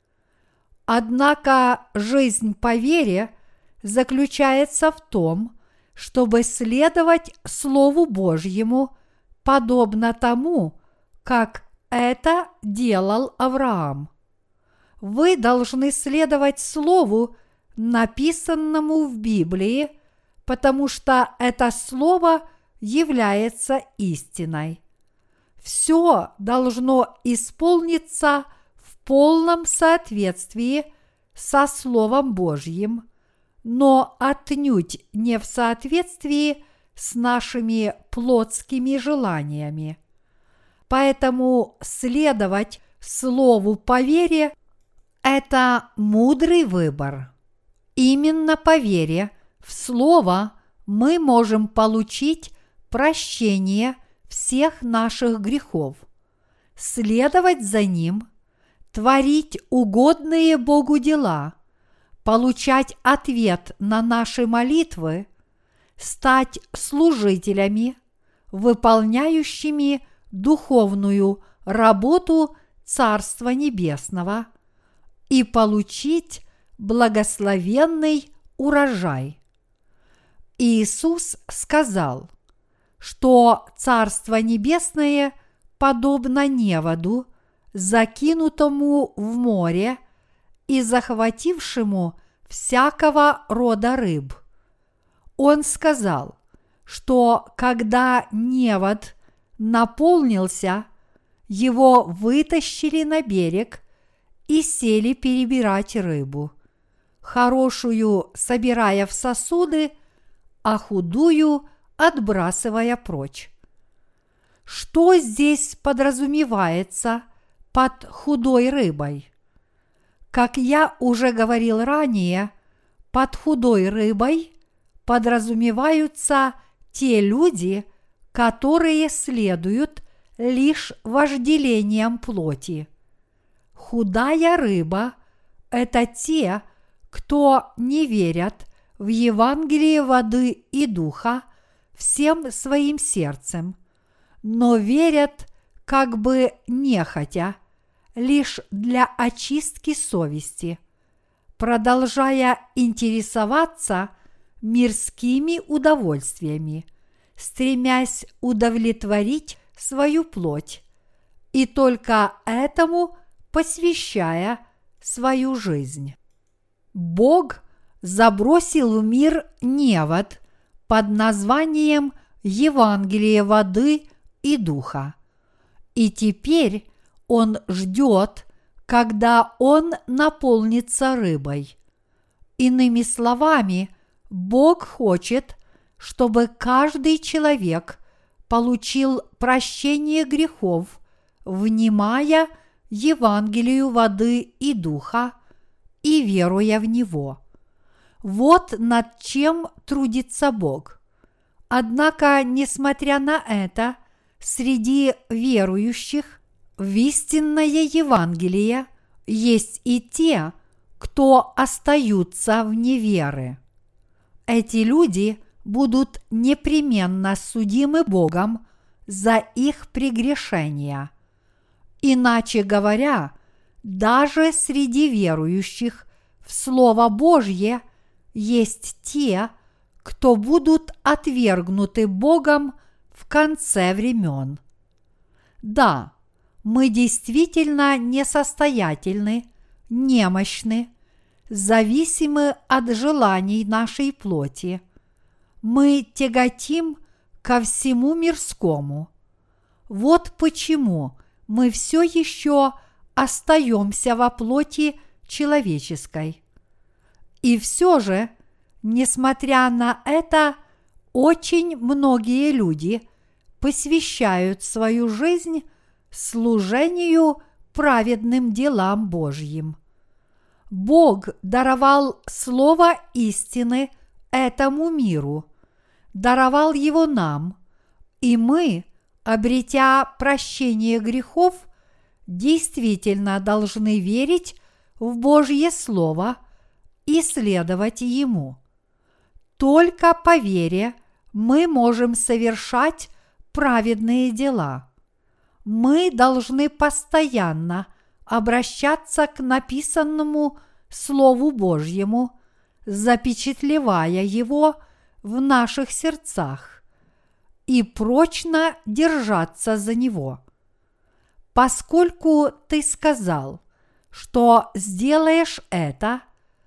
Speaker 1: Однако жизнь по вере заключается в том, чтобы следовать Слову Божьему, подобно тому, как это делал Авраам. Вы должны следовать Слову, написанному в Библии, потому что это Слово является истиной. Все должно исполниться в полном соответствии со Словом Божьим, но отнюдь не в соответствии с нашими плотскими желаниями. Поэтому следовать Слову по вере – это мудрый выбор. Именно по вере в Слово мы можем получить прощение всех наших грехов, следовать за Ним, творить угодные Богу дела, получать ответ на наши молитвы, стать служителями, выполняющими духовную работу Царства Небесного, и получить благословенный урожай. Иисус сказал, что Царство Небесное подобно неводу, закинутому в море и захватившему всякого рода рыб. Он сказал, что когда невод наполнился, его вытащили на берег и сели перебирать рыбу, хорошую собирая в сосуды, а худую отбрасывая прочь. Что здесь подразумевается под худой рыбой? Как я уже говорил ранее, под худой рыбой подразумеваются те люди, которые следуют лишь вожделениям плоти. Худая рыба – это те, кто не верят в Евангелие воды и духа всем своим сердцем, но верят как бы нехотя, лишь для очистки совести, продолжая интересоваться мирскими удовольствиями, стремясь удовлетворить свою плоть, и только этому посвящая свою жизнь. Бог забросил в мир невод под названием Евангелие воды и духа. И теперь Он ждет, когда он наполнится рыбой. Иными словами, Бог хочет, чтобы каждый человек получил прощение грехов, внимая Евангелию воды и духа и веруя в него. Вот над чем трудится Бог. Однако, несмотря на это, среди верующих в истинное Евангелие есть и те, кто остаются вне веры. Эти люди будут непременно судимы Богом за их прегрешения. Иначе говоря, даже среди верующих в Слово Божье есть те, кто будут отвергнуты Богом в конце времен. Да, мы действительно несостоятельны, немощны, зависимы от желаний нашей плоти. Мы тяготим ко всему мирскому. Вот почему мы все еще остаемся во плоти человеческой. И все же, несмотря на это, очень многие люди посвящают свою жизнь служению праведным делам Божьим. Бог даровал слово истины этому миру, даровал его нам, и мы, обретя прощение грехов, действительно должны верить в Божье Слово и следовать ему. Только по вере мы можем совершать праведные дела. Мы должны постоянно обращаться к написанному Слову Божьему, запечатлевая его в наших сердцах и прочно держаться за него. Поскольку ты сказал, что сделаешь это,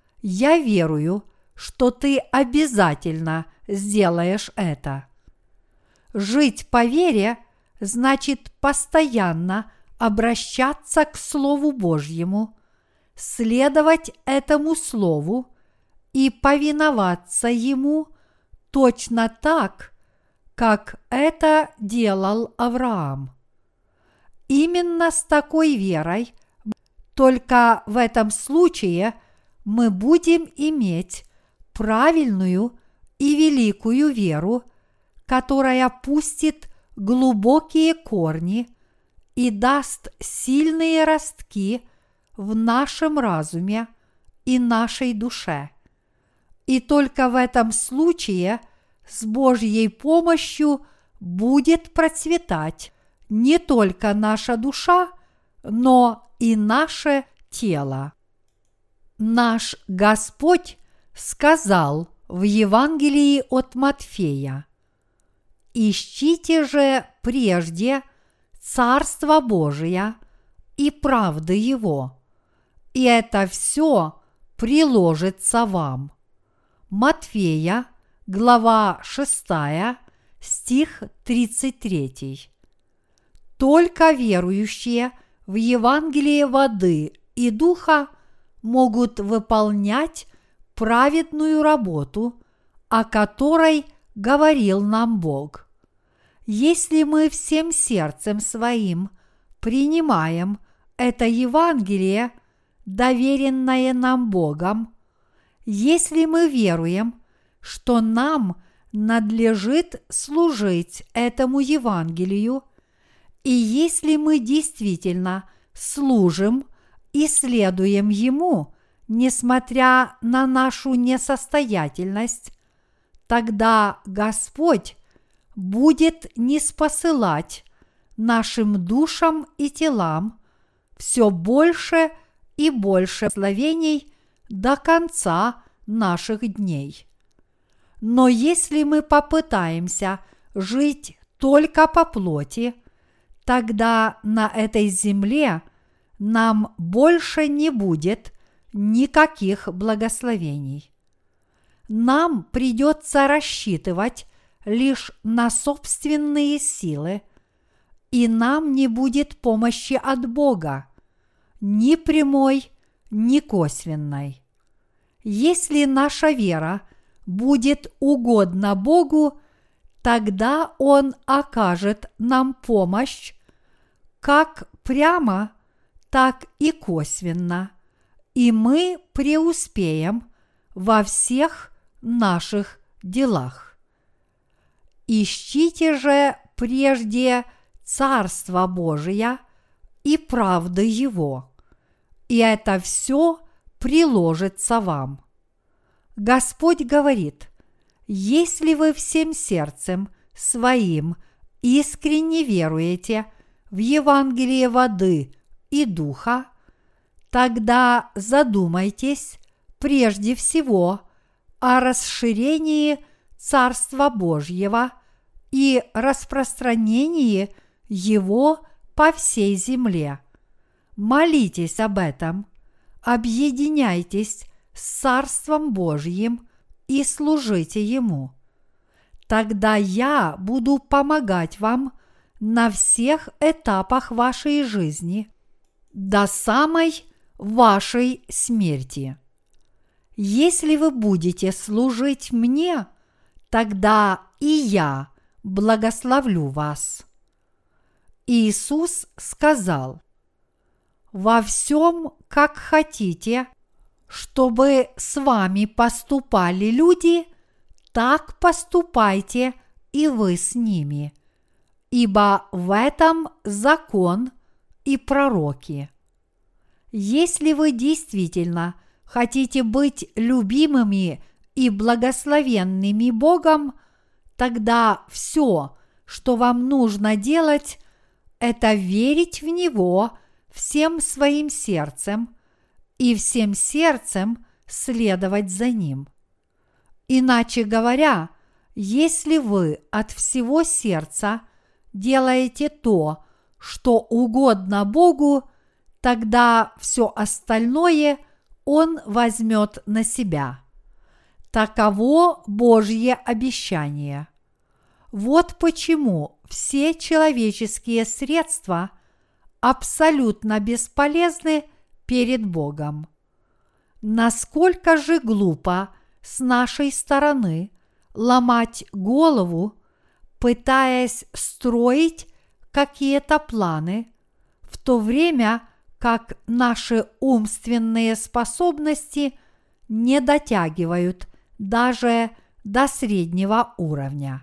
Speaker 1: я верую, что ты обязательно сделаешь это. Жить по вере значит постоянно обращаться к Слову Божьему, следовать этому Слову и повиноваться Ему точно так, как это делал Авраам. Именно с такой верой, только в этом случае мы будем иметь правильную и великую веру, которая пустит глубокие корни и даст сильные ростки в нашем разуме и нашей душе. И только в этом случае с Божьей помощью будет процветать не только наша душа, но и наше тело. Наш Господь сказал в Евангелии от Матфея: «Ищите же прежде Царство Божие и правды Его, и это все приложится вам». Матфея, глава шестая, стих тридцать третий. Только верующие в Евангелие воды и духа могут выполнять праведную работу, о которой говорил нам Бог. Если мы всем сердцем своим принимаем это Евангелие, доверенное нам Богом, если мы веруем, что нам надлежит служить этому Евангелию, и если мы действительно служим и следуем ему, несмотря на нашу несостоятельность, тогда Господь будет ниспосылать нашим душам и телам все больше и больше благословений до конца наших дней. Но если мы попытаемся жить только по плоти, тогда на этой земле нам больше не будет никаких благословений. Нам придется рассчитывать лишь на собственные силы, и нам не будет помощи от Бога, ни прямой, ни косвенной. Если наша вера будет угодна Богу, тогда Он окажет нам помощь как прямо, так и косвенно, и мы преуспеем во всех наших делах. Ищите же прежде Царство Божие и правды Его, и это все приложится вам. Господь говорит: если вы всем сердцем своим искренне веруете в Евангелие воды и духа, тогда задумайтесь прежде всего о расширении Царства Божьего и распространении Его по всей земле. Молитесь об этом, объединяйтесь с Царством Божьим и служите Ему. Тогда я буду помогать вам на всех этапах вашей жизни до самой вашей смерти. Если вы будете служить мне, тогда и я благословлю вас. Иисус сказал: во всем, как хотите, чтобы с вами поступали люди, так поступайте и вы с ними, ибо в этом закон и пророки. Если вы действительно хотите быть любимыми и благословенными Богом, тогда все, что вам нужно делать, это верить в Него всем своим сердцем и всем сердцем следовать за Ним. Иначе говоря, если вы от всего сердца делаете то, что угодно Богу, тогда все остальное Он возьмет на себя. Таково Божье обещание. Вот почему все человеческие средства абсолютно бесполезны перед Богом. Насколько же глупо с нашей стороны ломать голову, пытаясь строить какие-то планы, в то время как наши умственные способности не дотягивают даже до среднего уровня.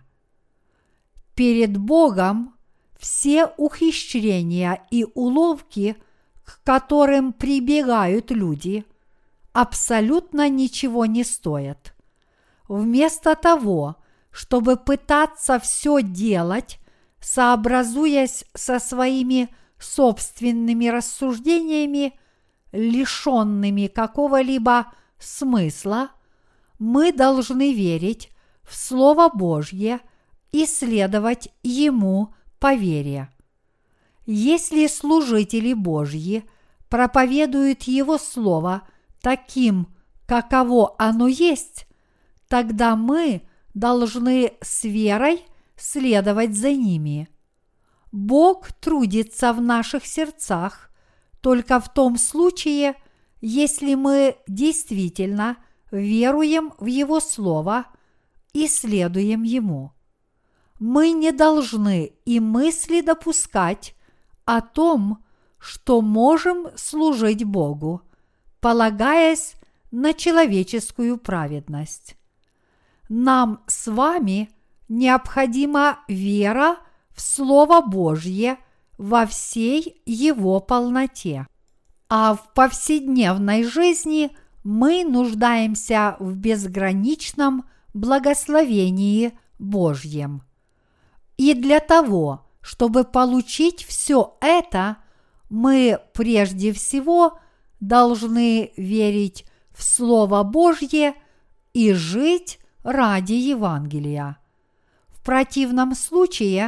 Speaker 1: Перед Богом все ухищрения и уловки, к которым прибегают люди, абсолютно ничего не стоят. Вместо того, чтобы пытаться все делать, сообразуясь со своими собственными рассуждениями, лишенными какого-либо смысла, мы должны верить в Слово Божье и следовать Ему по вере. Если служители Божьи проповедуют Его Слово таким, каково оно есть, тогда мы должны с верой следовать за ними. Бог трудится в наших сердцах только в том случае, если мы действительно веруем в Его Слово и следуем Ему. Мы не должны и мысли допускать о том, что можем служить Богу, полагаясь на человеческую праведность. Нам с вами необходима вера в Слово Божье во всей его полноте. А в повседневной жизни мы нуждаемся в безграничном благословении Божьем. И для того, чтобы получить все это, мы прежде всего должны верить в Слово Божье и жить ради Евангелия. В противном случае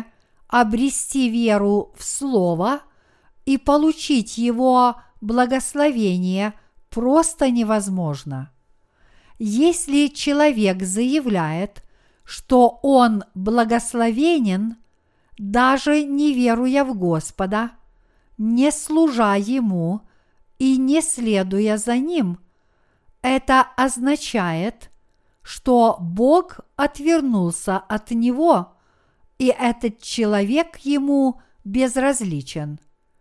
Speaker 1: обрести веру в Слово и получить его благословение просто невозможно. Если человек заявляет, что он благословенен, даже не веруя в Господа, не служа Ему и не следуя за Ним, это означает, что Бог отвернулся от него, и этот человек ему безразличен.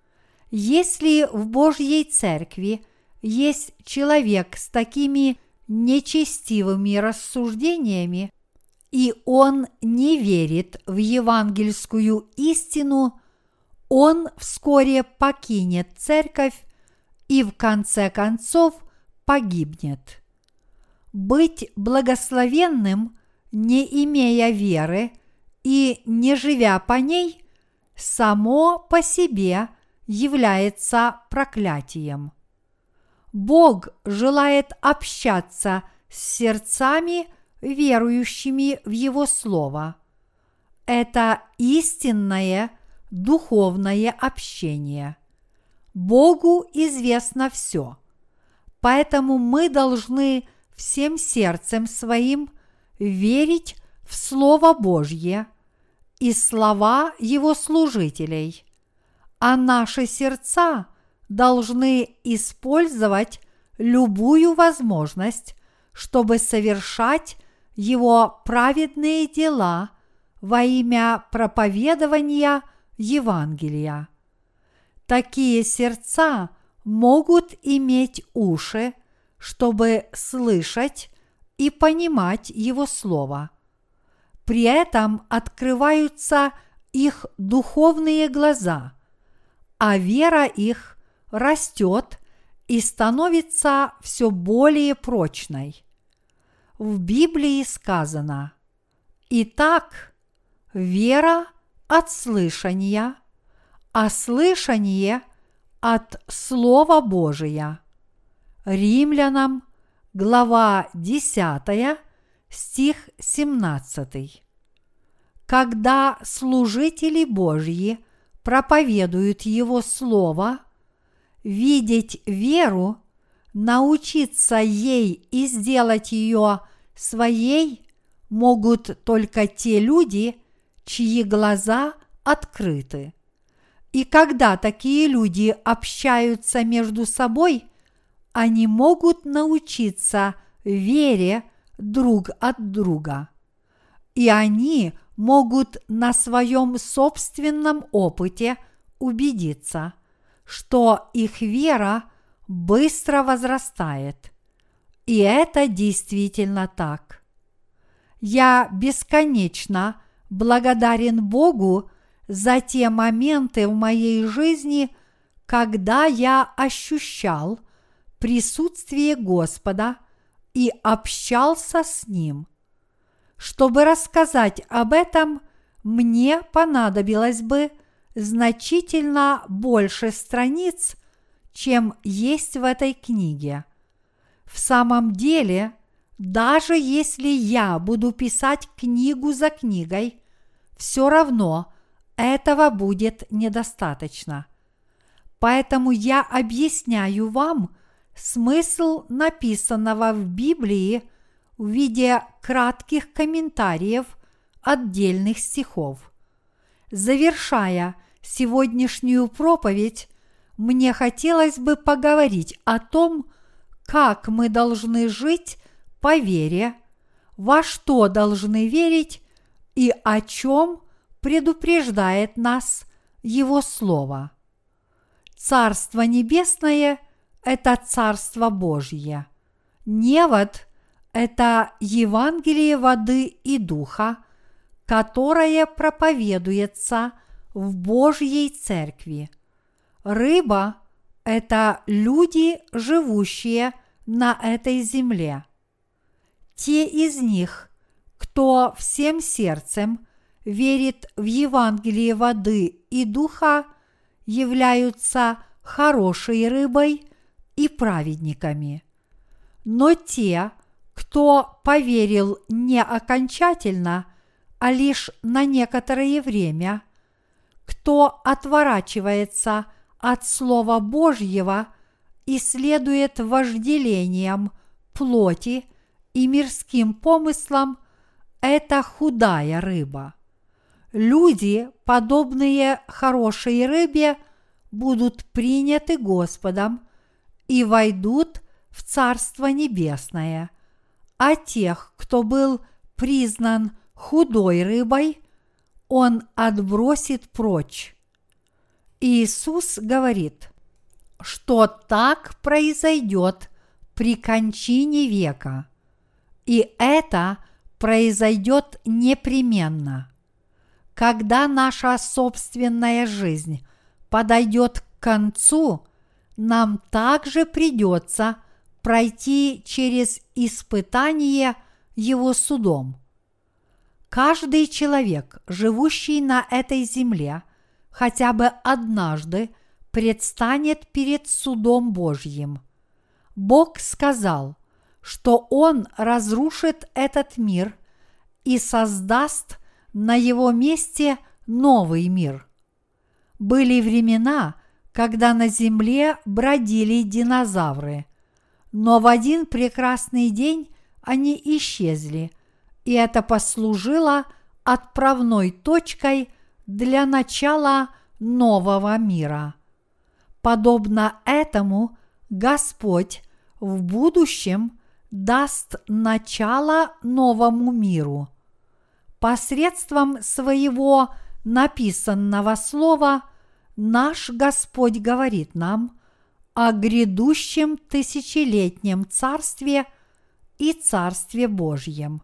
Speaker 1: Если в Божьей Церкви есть человек с такими нечестивыми рассуждениями, и он не верит в евангельскую истину, он вскоре покинет церковь и в конце концов погибнет. Быть благословенным, не имея веры и не живя по ней, само по себе является проклятием. Бог желает общаться с сердцами, верующими в Его Слово. Это истинное духовное общение. Богу известно все, поэтому мы должны всем сердцем своим верить в Слово Божье и слова Его служителей, а наши сердца должны использовать любую возможность, чтобы совершать Его праведные дела во имя проповедования Евангелия. Такие сердца могут иметь уши, чтобы слышать и понимать Его Слово. При этом открываются их духовные глаза, а вера их растет и становится все более прочной. В Библии сказано: «Итак, вера от слышания, а слышание от Слова Божия». Римлянам, глава десятая, стих семнадцатый. Когда служители Божьи проповедуют Его Слово, видеть веру, научиться ей и сделать ее своей могут только те люди, чьи глаза открыты. И когда такие люди общаются между собой, они могут научиться вере друг от друга. И они могут на своем собственном опыте убедиться, что их вера быстро возрастает. И это действительно так. Я бесконечно благодарен Богу за те моменты в моей жизни, когда я ощущал присутствие Господа и общался с Ним. Чтобы рассказать об этом, мне понадобилось бы значительно больше страниц, чем есть в этой книге. В самом деле, даже если я буду писать книгу за книгой, все равно этого будет недостаточно. Поэтому я объясняю вам смысл написанного в Библии в виде кратких комментариев отдельных стихов. Завершая сегодняшнюю проповедь, мне хотелось бы поговорить о том, как мы должны жить по вере, во что должны верить и о чем предупреждает нас Его Слово. Царство Небесное – это Царство Божье. Невод – это Евангелие воды и духа, которое проповедуется в Божьей Церкви. Рыба – это люди, живущие на этой земле. Те из них, кто всем сердцем верит в Евангелие воды и духа, являются хорошей рыбой и праведниками. Но те, кто поверил не окончательно, а лишь на некоторое время, кто отворачивается от Слова Божьего и следует вожделениям плоти и мирским помыслам, это худая рыба. Люди, подобные хорошей рыбе, будут приняты Господом и войдут в Царство Небесное, а тех, кто был признан худой рыбой, Он отбросит прочь. Иисус говорит, что так произойдет при кончине века, и это произойдет непременно. Когда наша собственная жизнь подойдет к концу, нам также придется пройти через испытание Его судом. Каждый человек, живущий на этой земле, хотя бы однажды предстанет перед судом Божьим. Бог сказал, что Он разрушит этот мир и создаст на его месте новый мир. Были времена, когда на земле бродили динозавры, но в один прекрасный день они исчезли, и это послужило отправной точкой для начала нового мира. Подобно этому Господь в будущем даст начало новому миру. Посредством своего написанного слова наш Господь говорит нам о грядущем тысячелетнем Царстве и Царстве Божьем.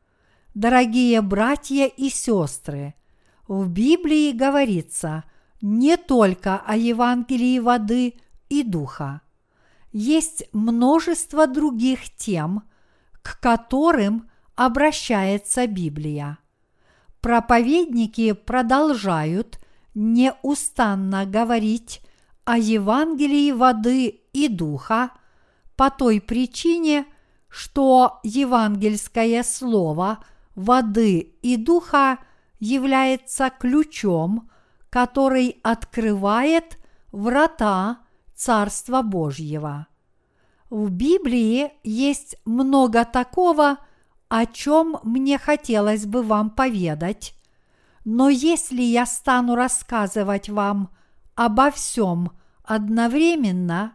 Speaker 1: Дорогие братья и сестры, в Библии говорится не только о Евангелии воды и духа. Есть множество других тем, к которым обращается Библия. Проповедники продолжают неустанно говорить о Евангелии воды и духа по той причине, что евангельское слово воды и духа является ключом, который открывает врата Царства Божьего. В Библии есть много такого, о чем мне хотелось бы вам поведать, но если я стану рассказывать вам обо всем одновременно,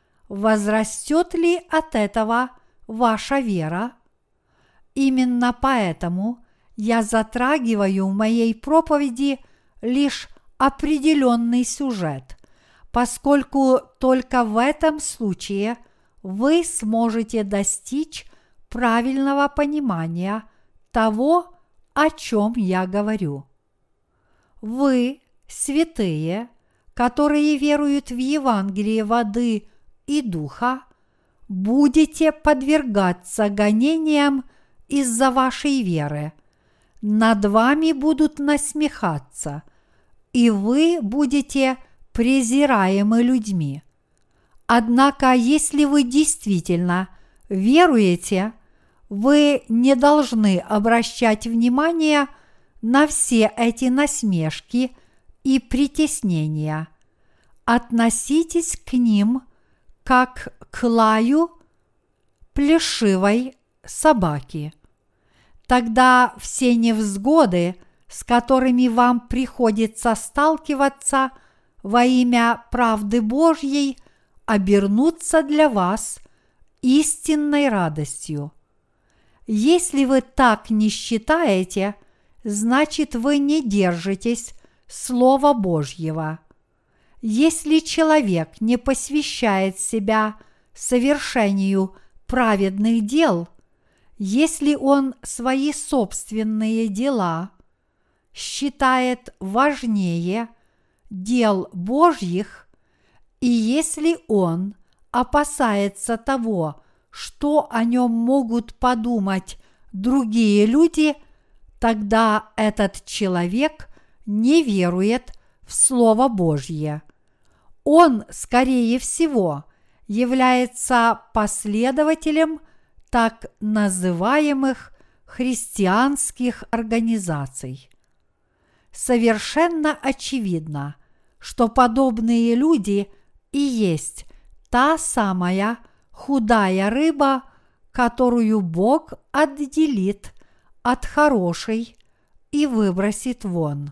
Speaker 1: возрастет ли от этого ваша вера? Именно поэтому я затрагиваю в моей проповеди лишь определенный сюжет, поскольку только в этом случае вы сможете достичь правильного понимания того, о чем я говорю. Вы, святые, которые веруют в Евангелие воды и духа, будете подвергаться гонениям из-за вашей веры. Над вами будут насмехаться, и вы будете презираемы людьми. Однако, если вы действительно веруете, вы не должны обращать внимание на все эти насмешки и притеснения. Относитесь к ним как к лаю плешивой собаки. Тогда все невзгоды, с которыми вам приходится сталкиваться во имя правды Божьей, обернутся для вас истинной радостью. Если вы так не считаете, значит, вы не держитесь Слова Божьего. Если человек не посвящает себя совершению праведных дел, если он свои собственные дела считает важнее дел Божьих, и если он опасается того, что о нем могут подумать другие люди, тогда этот человек не верует в Слово Божье. Он, скорее всего, является последователем так называемых христианских организаций. совершенно очевидно, что подобные люди и есть та самая худая рыба, которую Бог отделит от хорошей и выбросит вон.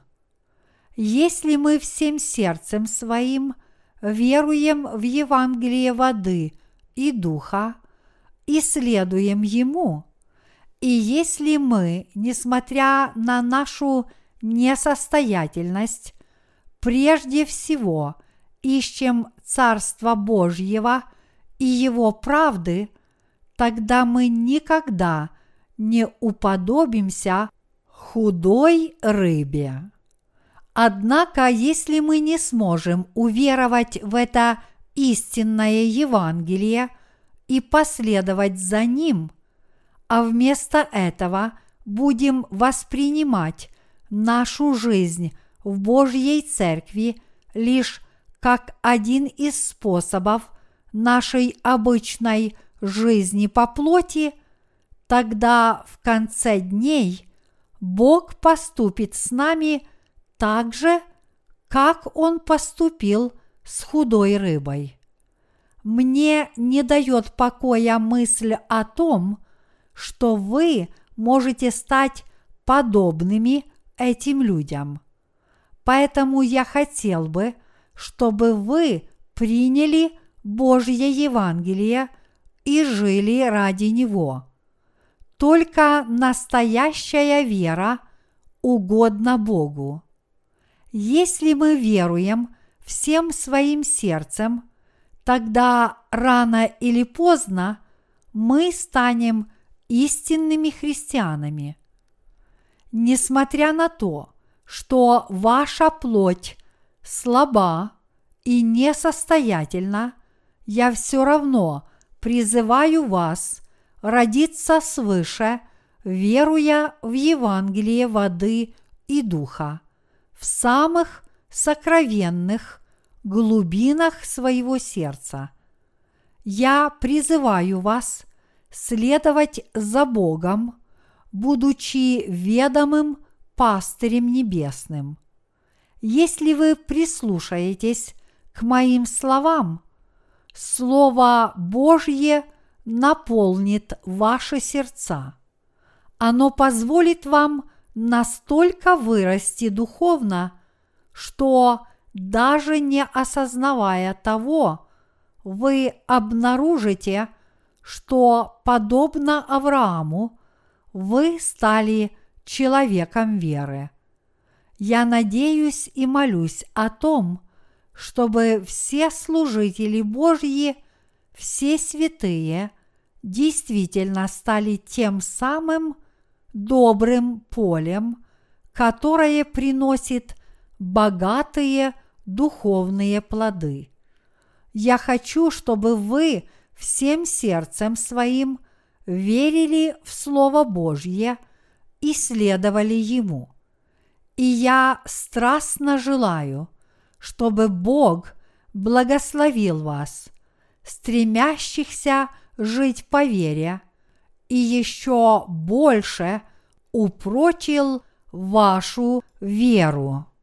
Speaker 1: Если мы всем сердцем своим веруем в Евангелие воды и духа и следуем ему, и если мы, несмотря на нашу несостоятельность, прежде всего ищем Царства Божьего и Его правды, тогда мы никогда не уподобимся худой рыбе. Однако, если мы не сможем уверовать в это истинное Евангелие и последовать за ним, а вместо этого будем воспринимать нашу жизнь в Божьей Церкви лишь как один из способов нашей обычной жизни по плоти, тогда в конце дней Бог поступит с нами так же, как Он поступил с худой рыбой. Мне не дает покоя мысль о том, что вы можете стать подобными этим людям. Поэтому я хотел бы, чтобы вы приняли Божье Евангелие и жили ради него. Только настоящая вера угодна Богу. Если мы веруем всем своим сердцем, тогда рано или поздно мы станем истинными христианами. Несмотря на то, что ваша плоть слаба и несостоятельна, я все равно призываю вас родиться свыше, веруя в Евангелие воды и духа, в самых сокровенных глубинах своего сердца. Я призываю вас следовать за Богом, будучи ведомым пастырем небесным. Если вы прислушаетесь к моим словам, Слово Божье наполнит ваши сердца. Оно позволит вам настолько вырасти духовно, что, даже не осознавая того, вы обнаружите, что, подобно Аврааму, вы стали человеком веры. Я надеюсь и молюсь о том, чтобы все служители Божьи, все святые, действительно стали тем самым добрым полем, которое приносит богатые духовные плоды. Я хочу, чтобы вы всем сердцем своим верили в Слово Божье и следовали ему. И я страстно желаю, чтобы Бог благословил вас, стремящихся жить по вере, и еще больше упрочил вашу веру.